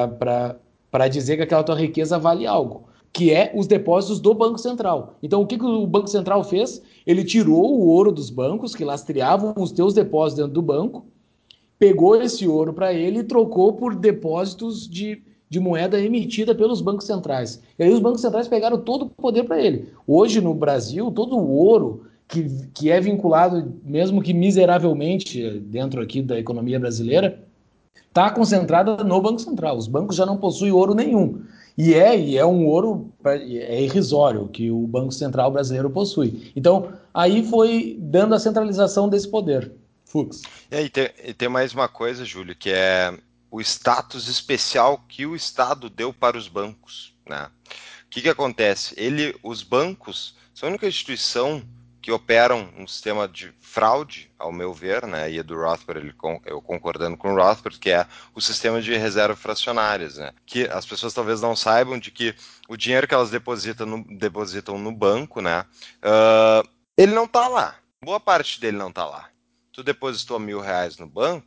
para dizer que aquela tua riqueza vale algo, que é os depósitos do Banco Central. Então, o que, que o Banco Central fez? Ele tirou o ouro dos bancos, que lastreavam os teus depósitos dentro do banco, pegou esse ouro para ele e trocou por depósitos de, de moeda emitida pelos bancos centrais. E aí os bancos centrais pegaram todo o poder para ele. Hoje, no Brasil, todo o ouro que, que é vinculado, mesmo que miseravelmente, dentro aqui da economia brasileira, está concentrada no Banco Central. Os bancos já não possuem ouro nenhum. E é, e é um ouro é irrisório que o Banco Central brasileiro possui. Então, aí foi dando a centralização desse poder. Fux. E aí tem, e tem mais uma coisa, Júlio, que é o status especial que o Estado deu para os bancos, né? O que que acontece? Ele, os bancos são a única instituição que operam um sistema de fraude, ao meu ver, né? E do Rothbard, ele, eu concordando com o Rothbard, que é o sistema de reserva fracionárias, né? Que as pessoas talvez não saibam de que o dinheiro que elas depositam no, depositam no banco, né? Uh, ele não está lá. Boa parte dele não está lá. Tu depositou mil reais no banco,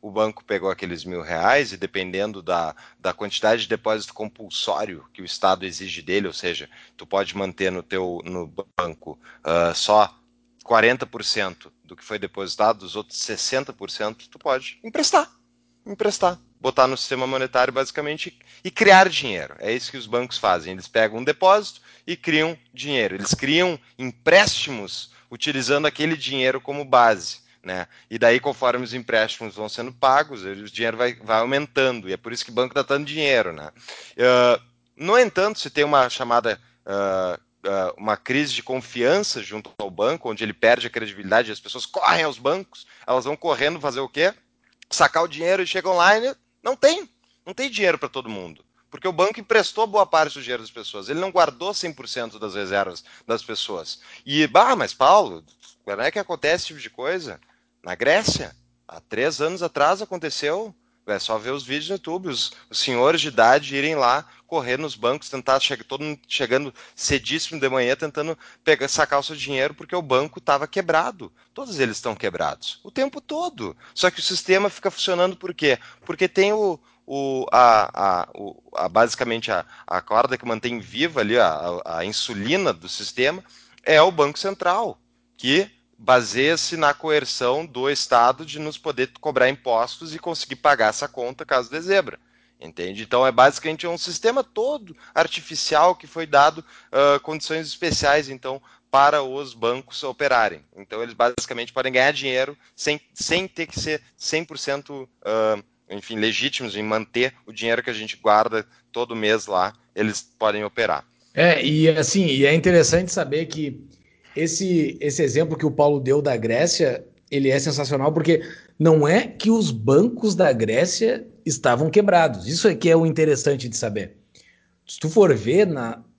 o banco pegou aqueles mil reais e dependendo da, da quantidade de depósito compulsório que o Estado exige dele, ou seja, tu pode manter no teu no banco uh, só quarenta por cento do que foi depositado, dos outros sessenta por cento tu pode emprestar. Emprestar. Botar no sistema monetário basicamente e criar dinheiro. É isso que os bancos fazem. Eles pegam um depósito e criam dinheiro. Eles criam empréstimos utilizando aquele dinheiro como base. Né? E daí, conforme os empréstimos vão sendo pagos, o dinheiro vai, vai aumentando. E é por isso que o banco está dando dinheiro. Né? Uh, no entanto, se tem uma chamada uh, uh, uma crise de confiança junto ao banco, onde ele perde a credibilidade, as pessoas correm aos bancos, elas vão correndo fazer o quê? Sacar o dinheiro e chegam lá e não tem. Não tem dinheiro para todo mundo. Porque o banco emprestou boa parte do dinheiro das pessoas. Ele não guardou cem por cento das reservas das pessoas. E, bah, mas Paulo, quando é que acontece esse tipo de coisa? Na Grécia, há três anos atrás aconteceu. É só ver os vídeos no YouTube, os, os senhores de idade irem lá, correr nos bancos, tentar chegar, todo mundo chegando cedíssimo de manhã, tentando pegar, sacar o seu dinheiro, porque o banco estava quebrado. Todos eles estão quebrados, o tempo todo. Só que o sistema fica funcionando por quê? Porque tem o, o, a, a, o, a, basicamente a, a corda que mantém viva ali, a, a insulina do sistema, é o Banco Central, que baseia-se na coerção do Estado de nos poder cobrar impostos e conseguir pagar essa conta caso dê zebra. Entende? Então é basicamente um sistema todo artificial que foi dado uh, condições especiais então para os bancos operarem. Então eles basicamente podem ganhar dinheiro sem, sem ter que ser cem por cento uh, enfim, legítimos em manter o dinheiro que a gente guarda todo mês lá, eles podem operar. É, e assim, e é interessante saber que esse, esse exemplo que o Paulo deu da Grécia, ele é sensacional porque não é que os bancos da Grécia estavam quebrados. Isso é que é o interessante de saber. Se tu for ver,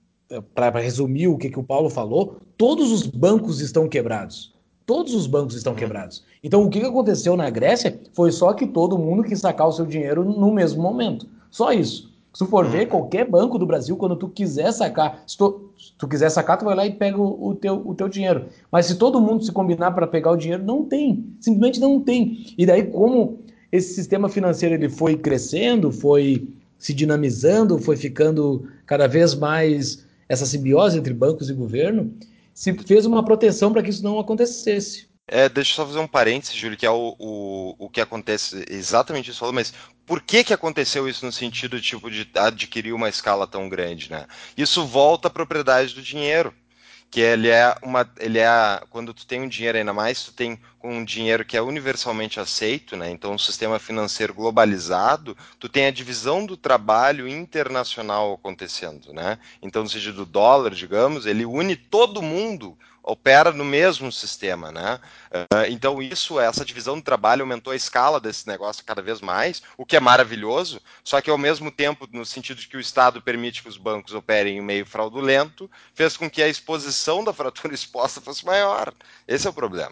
para resumir o que, que o Paulo falou, todos os bancos estão quebrados. Todos os bancos estão Uhum. quebrados. Então, o que, que aconteceu na Grécia foi só que todo mundo quis sacar o seu dinheiro no mesmo momento. Só isso. Se tu for Uhum. ver, qualquer banco do Brasil, quando tu quiser sacar, se tu, se tu quiser sacar, tu vai lá e pega o, o, teu, o teu dinheiro. Mas se todo mundo se combinar para pegar o dinheiro, não tem. Simplesmente não tem. E daí, como esse sistema financeiro ele foi crescendo, foi se dinamizando, foi ficando cada vez mais essa simbiose entre bancos e governo, se fez uma proteção para que isso não acontecesse. É, deixa eu só fazer um parênteses, Júlio, que é o, o, o que acontece, exatamente isso falou, mas por que que aconteceu isso no sentido tipo, de adquirir uma escala tão grande, né? Isso volta à propriedade do dinheiro, que ele é uma, ele é, quando tu tem um dinheiro ainda mais, tu tem um dinheiro que é universalmente aceito, né? Então, um sistema financeiro globalizado, tu tem a divisão do trabalho internacional acontecendo, né? Então, no sentido do dólar, digamos, ele une todo mundo, opera no mesmo sistema, né? Então, isso, essa divisão do trabalho aumentou a escala desse negócio cada vez mais, o que é maravilhoso, só que ao mesmo tempo, no sentido de que o Estado permite que os bancos operem em meio fraudulento, fez com que a exposição da fratura exposta fosse maior. Esse é o problema.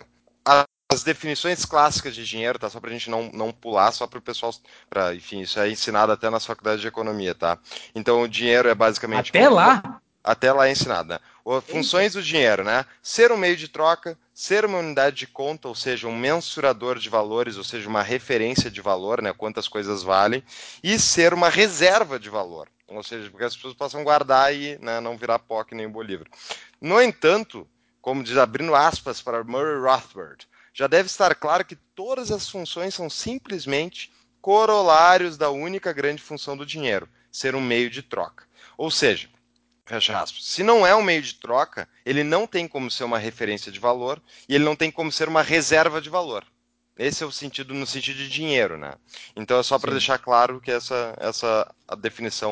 As definições clássicas de dinheiro, tá? Só para a gente não, não pular, só para o pessoal, pra, enfim, isso é ensinado até nas faculdades de economia, tá? Então, o dinheiro é basicamente... Até lá? Até lá é ensinado, né? Funções do dinheiro, né? Ser um meio de troca, ser uma unidade de conta, ou seja, um mensurador de valores, ou seja, uma referência de valor, né? Quantas coisas valem, e ser uma reserva de valor, ou seja, porque as pessoas possam guardar e, né, não virar pó que nem um bolívar. No entanto, como diz, abrindo aspas para Murray Rothbard, já deve estar claro que todas as funções são simplesmente corolários da única grande função do dinheiro, ser um meio de troca. Ou seja, fecha aspas. Se não é um meio de troca, ele não tem como ser uma referência de valor e ele não tem como ser uma reserva de valor. Esse é o sentido no sentido de dinheiro, né? Então é só para deixar claro que essa essa a definição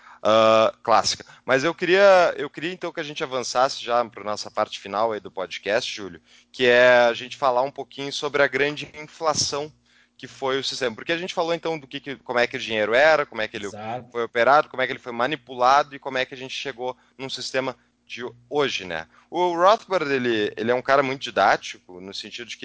uh, clássica. Mas eu queria eu queria então que a gente avançasse já para nossa parte final aí do podcast, Júlio, que é a gente falar um pouquinho sobre a grande inflação que foi o sistema. Porque a gente falou então do que, que como é que o dinheiro era, como é que ele Exato. foi operado, como é que ele foi manipulado e como é que a gente chegou num sistema de hoje, né? O Rothbard, ele, ele é um cara muito didático, no sentido de que ele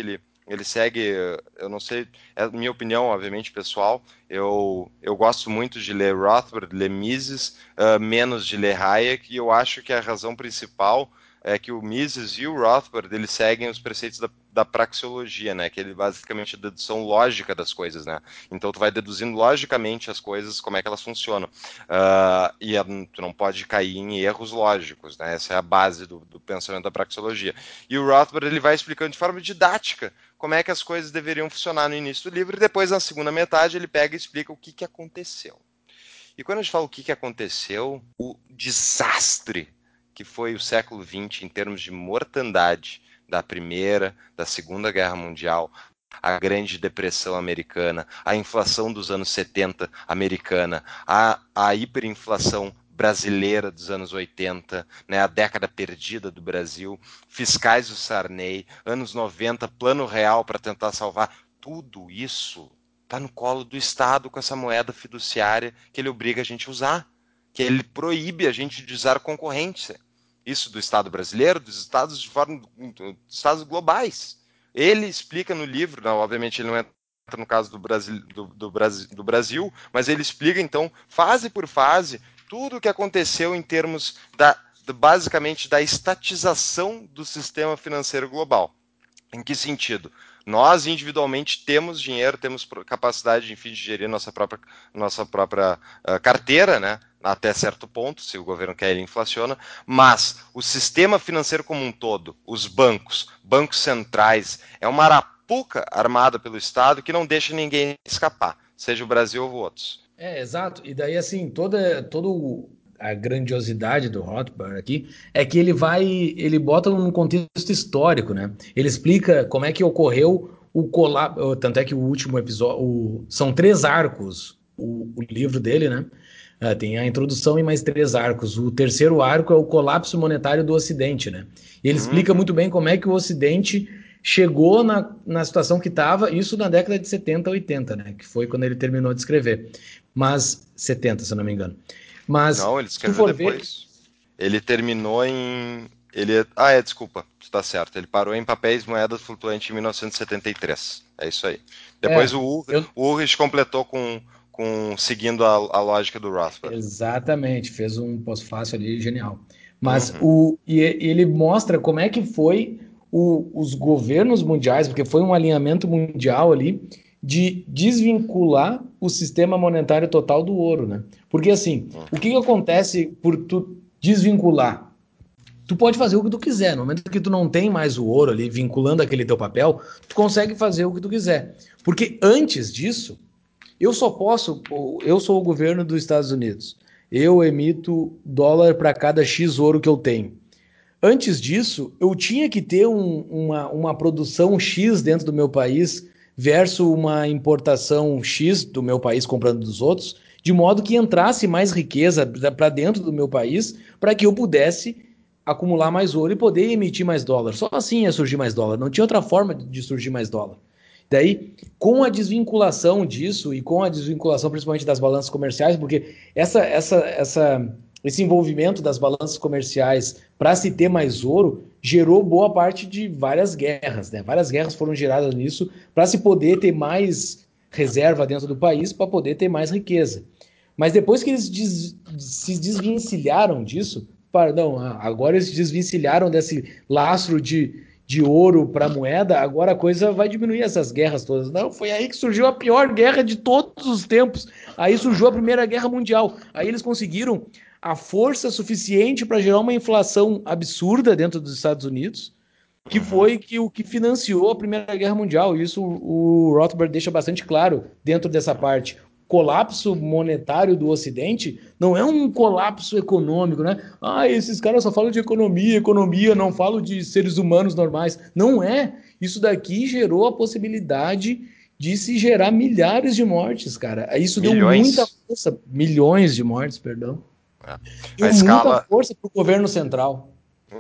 ele segue, eu não sei, é a minha opinião, obviamente, pessoal, eu, eu gosto muito de ler Rothbard, ler Mises, uh, menos de ler Hayek, e eu acho que a razão principal é que o Mises e o Rothbard, eles seguem os preceitos da, da praxeologia, né, que ele basicamente é a dedução lógica das coisas, né, então tu vai deduzindo logicamente as coisas, como é que elas funcionam, uh, e tu não pode cair em erros lógicos, né, essa é a base do, do pensamento da praxeologia. E o Rothbard, ele vai explicando de forma didática como é que as coisas deveriam funcionar no início do livro, e depois, na segunda metade, ele pega e explica o que, que aconteceu. E quando a gente fala o que, que aconteceu, o desastre que foi o século vinte em termos de mortandade da Primeira, da Segunda Guerra Mundial, a Grande Depressão Americana, a inflação dos anos setenta americana, a, a hiperinflação brasileira dos anos oitenta, né, a década perdida do Brasil, fiscais do Sarney, anos noventa, plano real para tentar salvar, tudo isso está no colo do Estado com essa moeda fiduciária que ele obriga a gente a usar, que ele proíbe a gente de usar concorrência. Isso do Estado brasileiro, dos Estados de forma, dos Estados globais. Ele explica no livro, não, obviamente ele não entra no caso do Brasil, do, do, Brasil, do Brasil, mas ele explica então, fase por fase, tudo o que aconteceu em termos da, de, basicamente da estatização do sistema financeiro global. Em que sentido? Nós individualmente temos dinheiro, temos capacidade, enfim, de gerir nossa própria, nossa própria uh, carteira, né? Até certo ponto, se o governo quer, ele inflaciona, mas o sistema financeiro como um todo, os bancos, bancos centrais, é uma arapuca armada pelo Estado que não deixa ninguém escapar, seja o Brasil ou outros. É, exato. E daí, assim, toda, todo a grandiosidade do Rothbard aqui é que ele vai, ele bota num contexto histórico, né? Ele explica como é que ocorreu o colapso, tanto é que o último episódio, o, são três arcos, o, o livro dele, né? Ah, tem a introdução e mais três arcos. O terceiro arco é o colapso monetário do Ocidente, né? E ele explica Uhum. muito bem como é que o Ocidente chegou na, na situação que estava, isso na década de setenta, oitenta, né? Que foi quando ele terminou de escrever. Mas setenta, se eu não me engano. Mas Não, ele se tu escreveu for ver, depois. Ele terminou em. Ele... Ah, é, desculpa, tu tá certo. Ele parou em papéis e moedas flutuantes em mil novecentos e setenta e três. É isso aí. Depois é, o, Ur... eu, o Ulrich completou com, com seguindo a, a lógica do Rothbard. exatamente, fez um pós-fácil ali genial. Mas Uhum. o, e ele mostra como é que foi o, os governos mundiais, porque foi um alinhamento mundial ali de desvincular o sistema monetário total do ouro, né? Porque assim, Uhum. o que, que acontece por tu desvincular? Tu pode fazer o que tu quiser. No momento que tu não tem mais o ouro ali vinculando aquele teu papel, tu consegue fazer o que tu quiser. Porque antes disso, eu só posso, eu sou o governo dos Estados Unidos. Eu emito dólar para cada X ouro que eu tenho. Antes disso, eu tinha que ter um, uma, uma produção X dentro do meu país versus uma importação X do meu país comprando dos outros, de modo que entrasse mais riqueza para dentro do meu país, para que eu pudesse acumular mais ouro e poder emitir mais dólar. Só assim ia surgir mais dólar. Não tinha outra forma de surgir mais dólar. Daí, com a desvinculação disso e com a desvinculação principalmente das balanças comerciais, porque essa, essa, essa, esse envolvimento das balanças comerciais para se ter mais ouro gerou boa parte de várias guerras, né? Várias guerras foram geradas nisso para se poder ter mais reserva dentro do país, para poder ter mais riqueza. Mas depois que eles des, se desvencilharam disso, para, não, agora eles se desvencilharam desse lastro de de ouro para moeda, agora a coisa vai diminuir essas guerras todas. Não, foi aí que surgiu a pior guerra de todos os tempos. Aí surgiu a Primeira Guerra Mundial. Aí eles conseguiram a força suficiente para gerar uma inflação absurda dentro dos Estados Unidos, que Uhum. foi que o que financiou a Primeira Guerra Mundial. Isso o Rothbard deixa bastante claro dentro dessa parte. Colapso monetário do Ocidente não é um colapso econômico, né? Ah, esses caras só falam de economia, economia, não falam de seres humanos normais. Não é. Isso daqui gerou a possibilidade de se gerar milhares de mortes, cara. Isso deu muita Milhões. força, milhões de mortes, perdão. É. A Deu muita escala, força para o governo central.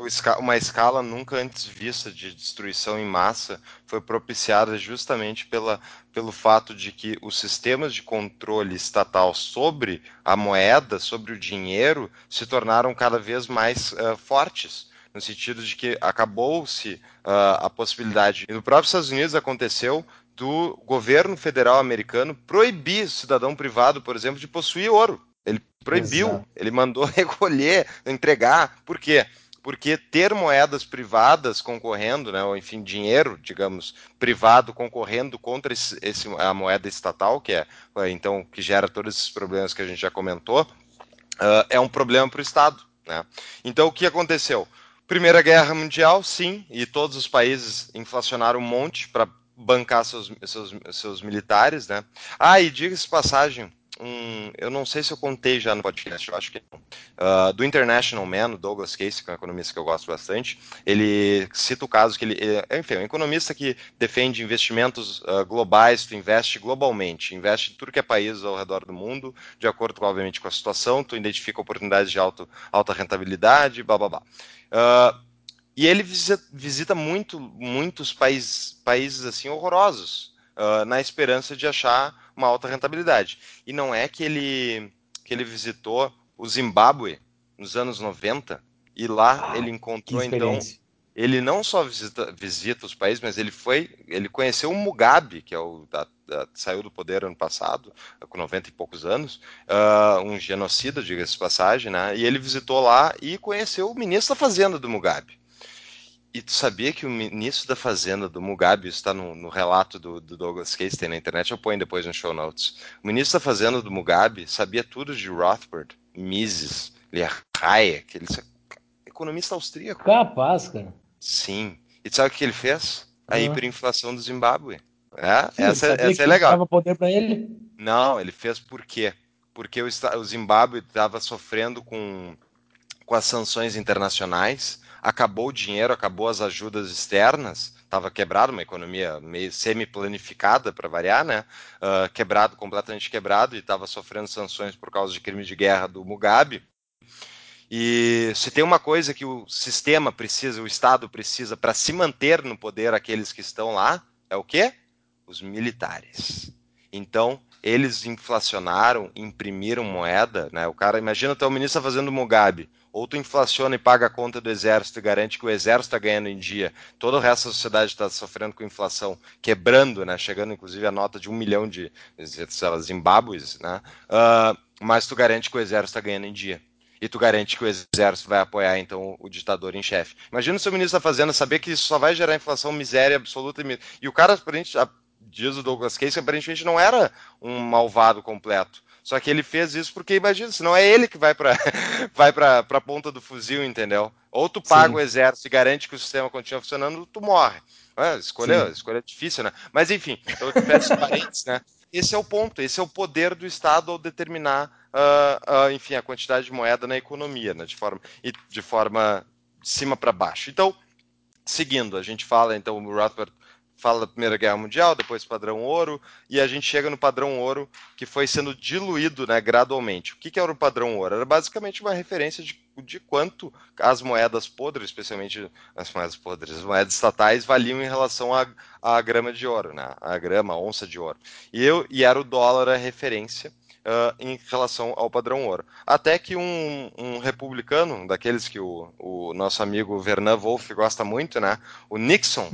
uma escala nunca antes vista de destruição em massa foi propiciada justamente pela, pelo fato de que os sistemas de controle estatal sobre a moeda, sobre o dinheiro, se tornaram cada vez mais uh, fortes. no sentido de que acabou-se uh, a possibilidade, e no próprio Estados Unidos aconteceu, do governo federal americano proibir o cidadão privado, por exemplo, de possuir ouro. Ele proibiu, Exato. Ele mandou recolher, entregar. Por quê? Porque ter moedas privadas concorrendo, né, ou enfim, dinheiro, digamos, privado concorrendo contra esse, esse, a moeda estatal, que é, então, que gera todos esses problemas que a gente já comentou, uh, é um problema para o Estado. Né? Então, o que aconteceu? Primeira Guerra Mundial, sim, e todos os países inflacionaram um monte para bancar seus, seus, seus militares, né? Ah, e diga-se passagem, um, eu não sei se eu contei já no podcast, eu acho que não. Uh, do International Man, o Douglas Casey, que é um economista que eu gosto bastante, ele cita o caso que ele, ele enfim, é um economista que defende investimentos uh, globais, tu investe globalmente, investe em tudo que é país ao redor do mundo, de acordo, obviamente, com a situação, tu identifica oportunidades de alto, alta rentabilidade, blá, blá, blá. Uh, E ele visita, visita muito, muitos países, países assim horrorosos, uh, na esperança de achar uma alta rentabilidade. E não é que ele, que ele visitou o Zimbábue nos anos noventa, e lá ele encontrou, então, ele não só visita, visita os países, mas ele foi, ele conheceu o Mugabe, que é o da, da, saiu do poder ano passado, com noventa e poucos anos, uh, um genocida, diga-se de passagem, né? E ele visitou lá e conheceu o ministro da Fazenda do Mugabe. E tu sabia que o ministro da Fazenda do Mugabe, isso está no, no relato do, do Douglas Case, tem na internet, eu ponho depois no show notes. O ministro da Fazenda do Mugabe sabia tudo de Rothbard, Mises, Hayek, ele é economista austríaco. Capaz, cara. Sim. E tu sabe o que ele fez? A Ah. hiperinflação do Zimbábue. É, Sim, essa, sabia essa que é legal. dava poder para ele? Não, ele fez por quê? Porque o, o Zimbábue estava sofrendo com, com as sanções internacionais, acabou o dinheiro, acabou as ajudas externas, estava quebrado, uma economia meio semi-planificada, para variar, né? Uh, quebrado, completamente quebrado, e estava sofrendo sanções por causa de crime de guerra do Mugabe. E se tem uma coisa que o sistema precisa, o Estado precisa para se manter no poder aqueles que estão lá, é o quê? Os militares. Então, eles inflacionaram, imprimiram moeda, né? O cara, imagina tu é o ministro fazendo Mugabe, ou tu inflaciona e paga a conta do exército e garante que o exército está ganhando em dia, todo o resto da sociedade está sofrendo com inflação, quebrando, né? Chegando inclusive a nota de um milhão de Zimbábues, né? Uh, mas tu garante que o exército está ganhando em dia. E tu garante que o exército vai apoiar, então, o ditador em chefe. Imagina o seu ministro da Fazenda saber que isso só vai gerar inflação, miséria absoluta. E, e o cara, diz o Douglas Case, aparentemente não era um malvado completo. Só que ele fez isso porque, imagina, senão é ele que vai para vai pra, pra ponta do fuzil, entendeu? Ou tu paga Sim. o exército e garante que o sistema continua funcionando, ou tu morre. É, escolha, escolha difícil, né? Mas, enfim, então, fecha parênteses, né? Esse é o ponto, esse é o poder do Estado ao determinar, uh, uh, enfim, a quantidade de moeda na economia, né, de forma, de forma de cima para baixo. Então, seguindo, a gente fala, então, o Rothbard fala da Primeira Guerra Mundial, depois padrão ouro, e a gente chega no padrão ouro, que foi sendo diluído, né, gradualmente. O que, que era o padrão ouro? Era basicamente uma referência de, de quanto as moedas podres, especialmente as moedas podres, as moedas estatais, valiam em relação à, à grama de ouro, né, a grama, a onça de ouro. E, eu, e era o dólar a referência Uh, em relação ao padrão ouro. Até que um, um republicano, daqueles que o, o nosso amigo Vernon Wolf gosta muito, né, o Nixon,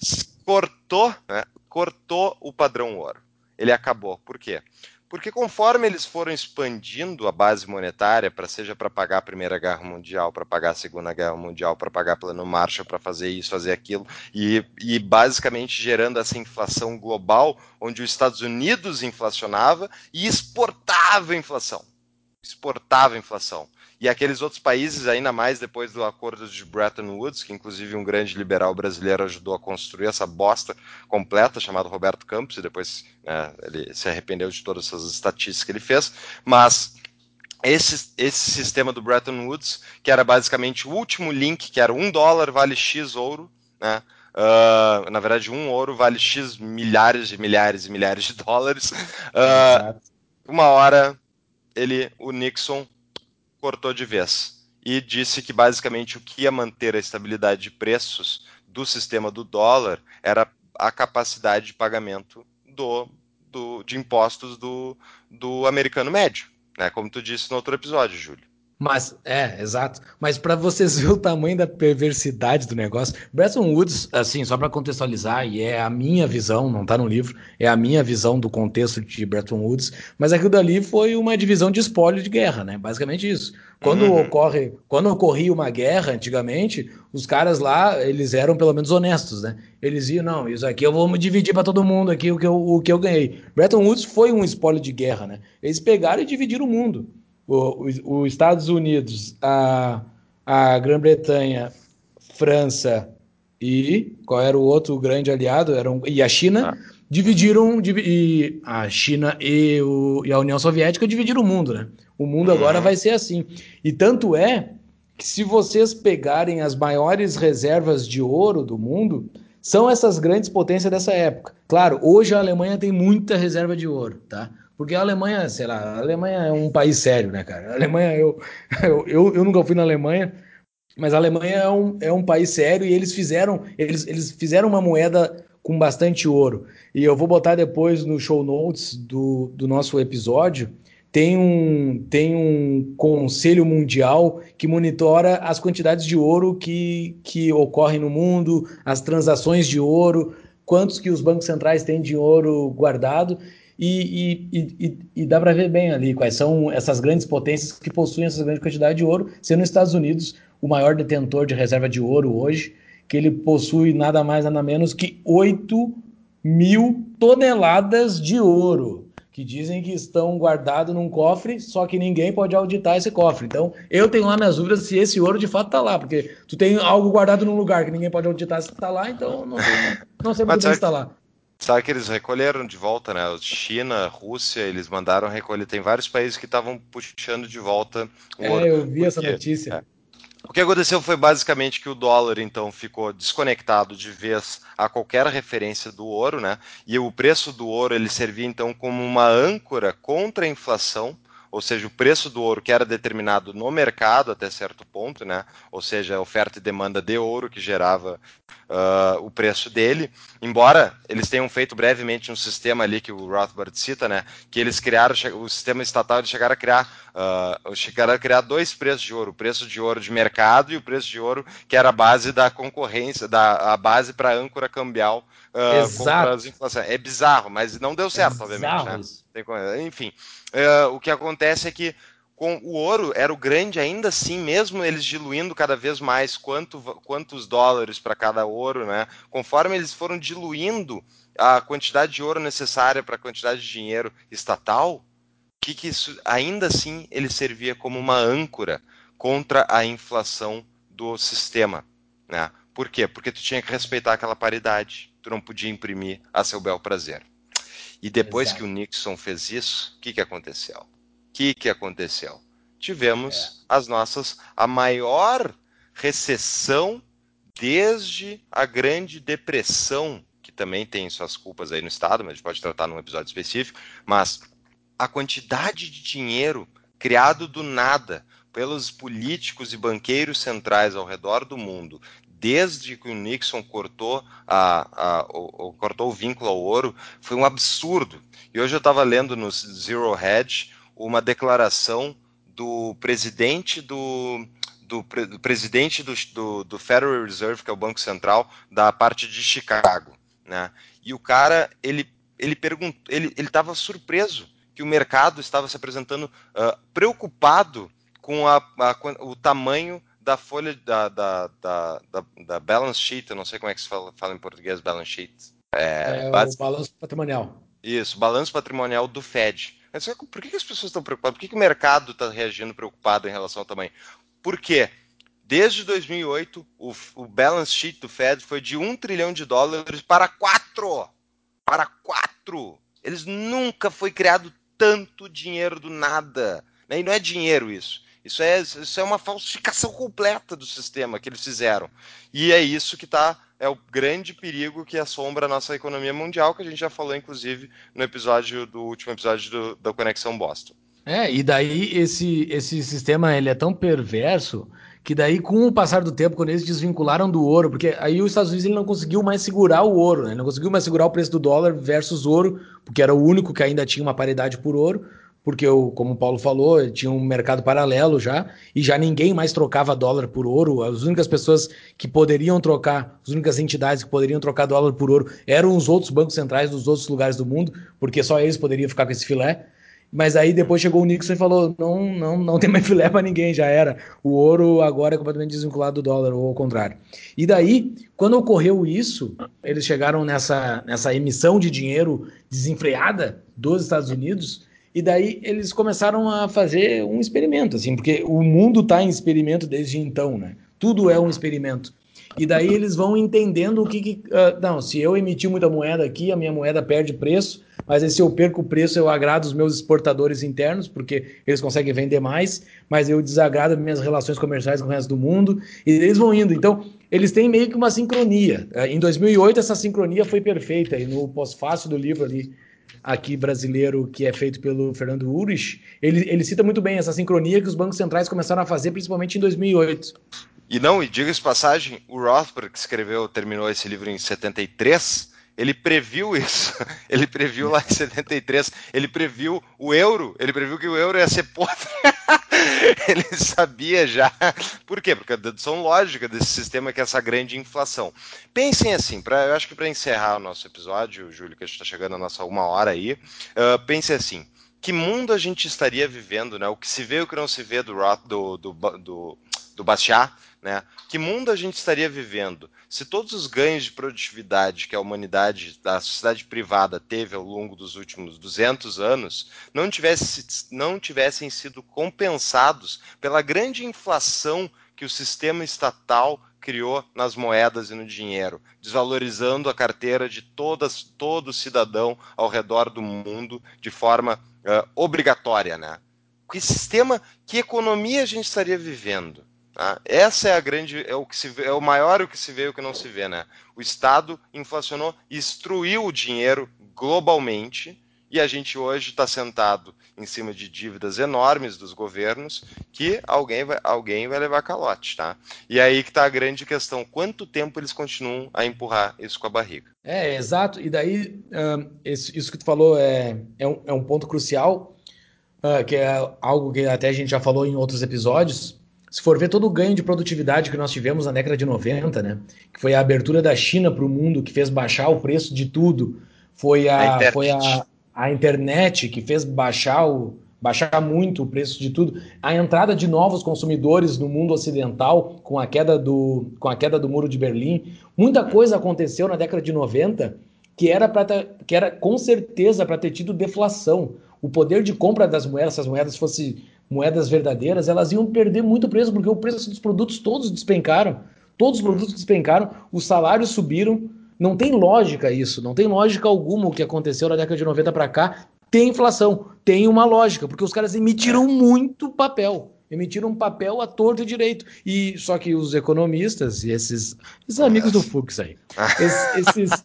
cortou, né, cortou o padrão ouro. Ele acabou. Por quê? Porque conforme eles foram expandindo a base monetária, para seja para pagar a Primeira Guerra Mundial, para pagar a Segunda Guerra Mundial, para pagar Plano Marshall, para fazer isso, fazer aquilo, e, e basicamente gerando essa inflação global, onde os Estados Unidos inflacionava e exportava a inflação. Exportava a inflação. E aqueles outros países, ainda mais depois do acordo de Bretton Woods, que inclusive um grande liberal brasileiro ajudou a construir essa bosta completa, chamado Roberto Campos, e depois né, ele se arrependeu de todas essas estatísticas que ele fez, mas esse, esse sistema do Bretton Woods, que era basicamente o último link, que era um dólar vale X ouro, né? Uh, na verdade, um ouro vale X milhares e milhares e milhares de dólares. Uh, uma hora, ele, o Nixon cortou de vez e disse que basicamente o que ia manter a estabilidade de preços do sistema do dólar era a capacidade de pagamento do, do, de impostos do, do americano médio, né? Como tu disse no outro episódio, Júlio. Mas, é, exato. Mas para vocês verem o tamanho da perversidade do negócio, Bretton Woods, assim, só para contextualizar, e é a minha visão, não está no livro, é a minha visão do contexto de Bretton Woods, mas aquilo dali foi uma divisão de espólio de guerra, né? Basicamente isso. Quando Uhum. ocorre, quando ocorria uma guerra antigamente, os caras lá, eles eram pelo menos honestos, né? Eles iam, não, isso aqui eu vou me dividir para todo mundo aqui o que eu, o que eu ganhei. Bretton Woods foi um espólio de guerra, né? Eles pegaram e dividiram o mundo. Os Estados Unidos, a, a Grã-Bretanha, França e qual era o outro grande aliado? Eram, e a China Ah, dividiram e a China e, o, e a União Soviética dividiram o mundo, né? O mundo agora uhum. vai ser assim. E tanto é que se vocês pegarem as maiores reservas de ouro do mundo, são essas grandes potências dessa época. Claro, hoje a Alemanha tem muita reserva de ouro, tá? Porque a Alemanha, sei lá, a Alemanha é um país sério, né, cara? A Alemanha, eu, eu, eu, eu nunca fui na Alemanha, mas a Alemanha é um, é um país sério e eles fizeram, eles, eles fizeram uma moeda com bastante ouro. E eu vou botar depois no show notes do, do nosso episódio. Tem um, tem um conselho mundial que monitora as quantidades de ouro que, que ocorrem no mundo, as transações de ouro, quantos que os bancos centrais têm de ouro guardado. E, e, e, e dá para ver bem ali quais são essas grandes potências que possuem essa grande quantidade de ouro, sendo os Estados Unidos o maior detentor de reserva de ouro hoje, que ele possui nada mais nada menos que oito mil toneladas de ouro, que dizem que estão guardados num cofre, só que ninguém pode auditar esse cofre. Então, eu tenho lá minhas dúvidas se esse ouro de fato está lá, porque tu tem algo guardado num lugar que ninguém pode auditar se está lá, então não sei, não sei muito Mas bem se sabe, está lá. sabe que eles recolheram de volta, né? China, Rússia, eles mandaram recolher. Tem vários países que estavam puxando de volta o ouro. É, eu vi Por essa quê? notícia. É. O que aconteceu foi basicamente que o dólar então ficou desconectado de vez a qualquer referência do ouro, né? E o preço do ouro ele servia então como uma âncora contra a inflação, ou seja, o preço do ouro que era determinado no mercado até certo ponto, né? Ou seja, a oferta e demanda de ouro que gerava uh, o preço dele. Embora eles tenham feito brevemente um sistema ali que o Rothbard cita, né? Que eles criaram o sistema estatal, eles chegaram a criar, uh, chegaram a criar dois preços de ouro: o preço de ouro de mercado e o preço de ouro que era a base da concorrência, da a base para a âncora cambial uh, contra as Exato. inflações. É bizarro, mas não deu É certo, obviamente, bizarro né? isso. Enfim, uh, o que acontece é que com o ouro era o grande, ainda assim, mesmo eles diluindo cada vez mais quanto, quantos dólares para cada ouro, né? Conforme eles foram diluindo a quantidade de ouro necessária para a quantidade de dinheiro estatal, que, que isso, ainda assim ele servia como uma âncora contra a inflação do sistema, né? Por quê? Porque tu tinha que respeitar aquela paridade, tu não podia imprimir a seu bel prazer. E depois que o Exato. Nixon fez isso, o que, que aconteceu? O que, que aconteceu? É. Tivemos as nossas a maior recessão desde a Grande Depressão, que também tem suas culpas aí no Estado, mas a gente pode tratar num episódio específico, mas a quantidade de dinheiro criado do nada pelos políticos e banqueiros centrais ao redor do mundo, desde que o Nixon cortou, a, a, o, o, cortou o vínculo ao ouro, foi um absurdo. E hoje eu estava lendo no Zero Hedge uma declaração do presidente do, do, do presidente do, do, do Federal Reserve, que é o Banco Central, da parte de Chicago, né? E o cara, ele ele perguntou, ele estava surpreso que o mercado estava se apresentando uh, preocupado com a, a, o tamanho da folha da, da, da, da, da balance sheet, eu não sei como é que se fala, fala em português balance sheet. É, É o base, balanço patrimonial. isso, balanço patrimonial do Fed. Mas, por que, que as pessoas estão preocupadas? Por que, que o mercado está reagindo preocupado em relação ao tamanho? Por quê? Desde dois mil e oito, o, o balance sheet do Fed foi de um trilhão de dólares para quatro. Para quatro. Eles nunca foi criado tanto dinheiro do nada. E não é dinheiro isso. Isso é, isso é uma falsificação completa do sistema que eles fizeram. E é isso que está é o grande perigo que assombra a nossa economia mundial, que a gente já falou, inclusive, no episódio do último episódio do, da Conexão Boston. É, e daí esse, esse sistema ele é tão perverso que daí com o passar do tempo, quando eles desvincularam do ouro, porque aí os Estados Unidos ele não conseguiu mais segurar o ouro, né? Ele não conseguiu mais segurar o preço do dólar versus ouro, porque era o único que ainda tinha uma paridade por ouro, porque, eu, como o Paulo falou, tinha um mercado paralelo já, e já ninguém mais trocava dólar por ouro. As únicas pessoas que poderiam trocar, as únicas entidades que poderiam trocar dólar por ouro eram os outros bancos centrais dos outros lugares do mundo, porque só eles poderiam ficar com esse filé. Mas aí depois chegou o Nixon e falou, não, não, não tem mais filé para ninguém, já era. O ouro agora é completamente desvinculado do dólar, ou ao contrário. E daí, quando ocorreu isso, eles chegaram nessa, nessa emissão de dinheiro desenfreada dos Estados Unidos, e daí eles começaram a fazer um experimento, assim, porque o mundo está em experimento desde então, né? Tudo é um experimento. E daí eles vão entendendo o que, que uh, não, se eu emitir muita moeda aqui, a minha moeda perde preço, mas aí, se eu perco o preço, eu agrado os meus exportadores internos, porque eles conseguem vender mais, mas eu desagrado minhas relações comerciais com o resto do mundo, e eles vão indo. Então, eles têm meio que uma sincronia. Em dois mil e oito, essa sincronia foi perfeita, e no pós-fácil do livro ali, aqui brasileiro, que é feito pelo Fernando Urich, ele, ele cita muito bem essa sincronia que os bancos centrais começaram a fazer, principalmente em dois mil e oito. E não, e diga-se passagem, o Rothbard, que escreveu, terminou esse livro em setenta e três, ele previu isso, ele previu lá em setenta e três, ele previu o euro, ele previu que o euro ia ser podre, ele sabia já, por quê? Porque a dedução lógica desse sistema é que essa grande inflação. Pensem assim, pra, eu acho que para encerrar o nosso episódio, Júlio, que a gente está chegando a nossa uma hora aí, uh, pensem assim, que mundo a gente estaria vivendo, né? O que se vê e o que não se vê do, do, do, do, do Bastiat, né? Que mundo a gente estaria vivendo se todos os ganhos de produtividade que a humanidade, a sociedade privada teve ao longo dos últimos duzentos anos não, tivesse, não tivessem sido compensados pela grande inflação que o sistema estatal criou nas moedas e no dinheiro, desvalorizando a carteira de todas, todo cidadão ao redor do mundo de forma uh, obrigatória, né? Que sistema, que economia a gente estaria vivendo? Tá? Essa é a grande, é o que se vê, é o maior o que se vê e o que não se vê, né? O Estado inflacionou, extruiu o dinheiro globalmente e a gente hoje está sentado em cima de dívidas enormes dos governos que alguém vai, alguém vai levar calote, tá? E aí que está a grande questão, quanto tempo eles continuam a empurrar isso com a barriga? É, exato. E daí, um, isso, isso que tu falou é, é, um, é um ponto crucial, uh, que é algo que até a gente já falou em outros episódios. Se for ver todo o ganho de produtividade que nós tivemos na década de noventa, né, que foi a abertura da China para o mundo, que fez baixar o preço de tudo, foi A a, foi internet. a, a internet que fez baixar, o, baixar muito o preço de tudo, a entrada de novos consumidores no mundo ocidental com a queda do, com a queda do Muro de Berlim. Muita coisa aconteceu na década de noventa que era, pra, que era com certeza para ter tido deflação. O poder de compra das moedas, se as moedas fossem moedas verdadeiras, elas iam perder muito preço, porque o preço dos produtos todos despencaram. Todos os produtos despencaram, os salários subiram. Não tem lógica isso, não tem lógica alguma o que aconteceu na década de noventa para cá. Tem inflação, tem uma lógica, porque os caras emitiram É. muito papel. Emitiram papel à torto e direito. E só que os economistas e esses, esses amigos do Fux aí, esses, esses,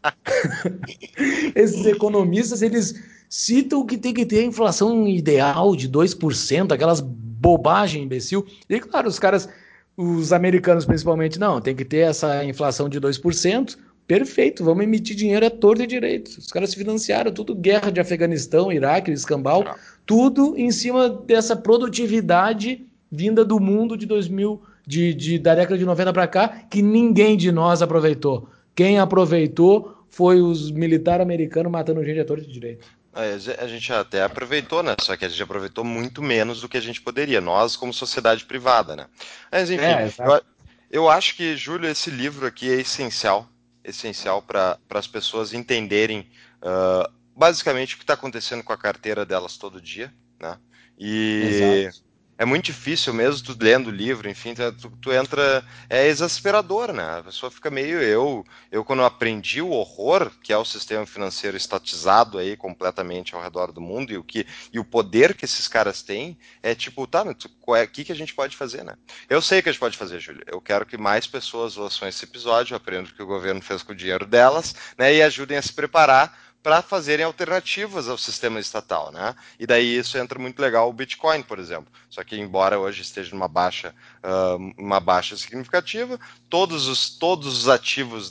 esses economistas, eles citam que tem que ter a inflação ideal de dois por cento, aquelas bobagem imbecil. E claro, os caras, os americanos principalmente, não, tem que ter essa inflação de dois por cento. Perfeito, vamos emitir dinheiro a torto e direito. Os caras se financiaram, tudo guerra de Afeganistão, Iraque, escambau, tudo em cima dessa produtividade vinda do mundo de dois mil, de, de, da década de noventa para cá, que ninguém de nós aproveitou. Quem aproveitou foi os militares americanos matando gente a torto e direito. A gente até aproveitou, né? Só que a gente aproveitou muito menos do que a gente poderia, nós como sociedade privada, né? Mas enfim, É, eu, exato. eu acho que, Júlio, esse livro aqui é essencial, essencial para as pessoas entenderem uh, basicamente o que está acontecendo com a carteira delas todo dia, né? E Exato. é muito difícil mesmo, tu lendo o livro, enfim, tu, tu entra, é exasperador, né? A pessoa fica meio, eu, eu quando aprendi o horror, que é o sistema financeiro estatizado aí completamente ao redor do mundo e o, que, e o poder que esses caras têm, é tipo, tá, mas o é, que, que a gente pode fazer, né? Eu sei o que a gente pode fazer, Júlio, eu quero que mais pessoas ouçam esse episódio, aprendam o que o governo fez com o dinheiro delas, né, e ajudem a se preparar para fazerem alternativas ao sistema estatal, né? E daí isso entra muito legal o Bitcoin, por exemplo. Só que embora hoje esteja numa baixa, uh, uma baixa significativa, todos os, todos os ativos, né,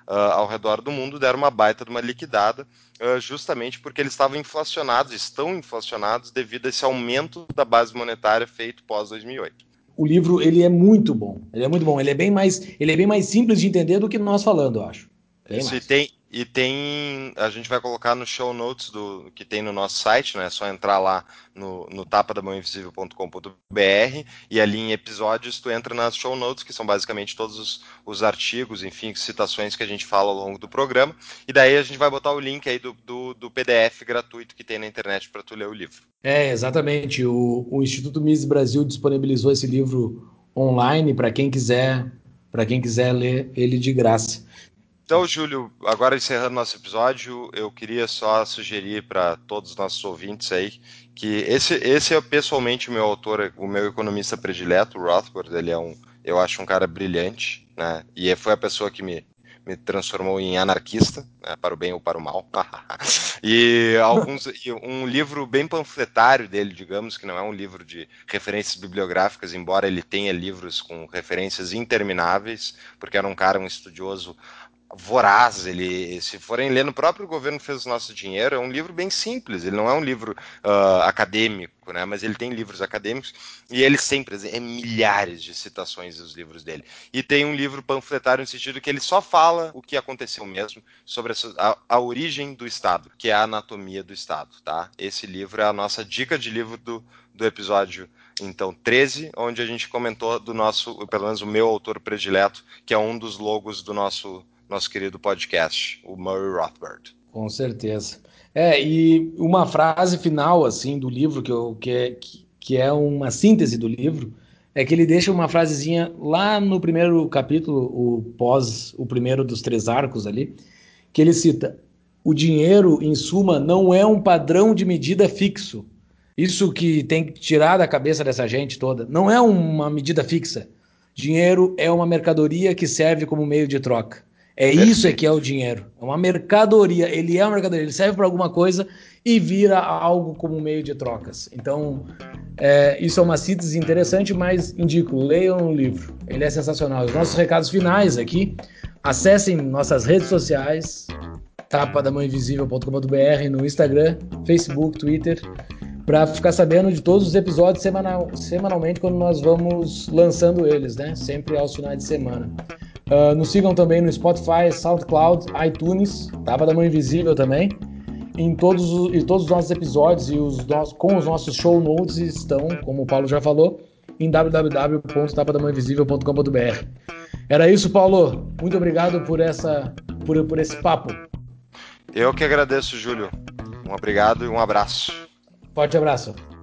uh, ao redor do mundo deram uma baita de uma liquidada, uh, justamente porque eles estavam inflacionados, estão inflacionados devido a esse aumento da base monetária feito pós dois mil e oito. O livro, ele é muito bom. Ele é muito bom. Ele é bem mais, ele é bem mais simples de entender do que nós falando, eu acho. Bem Isso, e mais. tem, e tem, a gente vai colocar no show notes do que tem no nosso site, né? É só entrar lá no, no tapa da mão invisível ponto com ponto b r e ali em episódios tu entra nas show notes, que são basicamente todos os, os artigos, enfim, citações que a gente fala ao longo do programa, e daí a gente vai botar o link aí do, do, do P D F gratuito que tem na internet para tu ler o livro. É, exatamente. O, o Instituto Mises Brasil disponibilizou esse livro online para quem quiser, para quem quiser ler ele de graça. Então, Júlio, agora encerrando nosso episódio, eu queria só sugerir para todos os nossos ouvintes aí que esse, esse é pessoalmente o meu autor, o meu economista predileto, o Rothbard. Ele é um, eu acho um cara brilhante, né? E foi a pessoa que me, me transformou em anarquista, né? Para o bem ou para o mal. E alguns, um livro bem panfletário dele, digamos, que não é um livro de referências bibliográficas, embora ele tenha livros com referências intermináveis, porque era um cara, um estudioso voraz. Ele, se forem ler no próprio Governo Fez o Nosso Dinheiro, é um livro bem simples, ele não é um livro uh, acadêmico, né, mas ele tem livros acadêmicos, e ele sempre, é milhares de citações dos livros dele, e tem um livro panfletário no sentido que ele só fala o que aconteceu mesmo, sobre a, a origem do Estado, que é a anatomia do Estado, tá? Esse livro é a nossa dica de livro do, do episódio então treze, onde a gente comentou do nosso, pelo menos o meu autor predileto, que é um dos logos do nosso nosso querido podcast, o Murray Rothbard. Com certeza. É, e uma frase final, assim, do livro, que, eu, que, é, que, que é uma síntese do livro, é que ele deixa uma frasezinha lá no primeiro capítulo, o pós, o primeiro dos três arcos ali, que ele cita: o dinheiro, em suma, não é um padrão de medida fixo. Isso que tem que tirar da cabeça dessa gente toda. Não é uma medida fixa. Dinheiro é uma mercadoria que serve como meio de troca. É isso é que é o dinheiro. É uma mercadoria. Ele é uma mercadoria. Ele serve para alguma coisa e vira algo como meio de trocas. Então, é, isso é uma síntese interessante, mas indico, leiam o livro. Ele é sensacional. Os nossos recados finais aqui, acessem nossas redes sociais, tapa da mão invisível ponto com ponto b r no Instagram, Facebook, Twitter, para ficar sabendo de todos os episódios semanal, semanalmente quando nós vamos lançando eles, né? Sempre aos finais de semana. Uh, nos sigam também no Spotify, SoundCloud, iTunes, Tapa da Mão Invisível também. Em todos, os, em todos os nossos episódios e os nossos, com os nossos show notes estão, como o Paulo já falou, em w w w ponto tapa da mão invisível ponto com ponto b r. Era isso, Paulo. Muito obrigado por, essa, por, por esse papo. Eu que agradeço, Júlio. Um obrigado e um abraço. Forte abraço.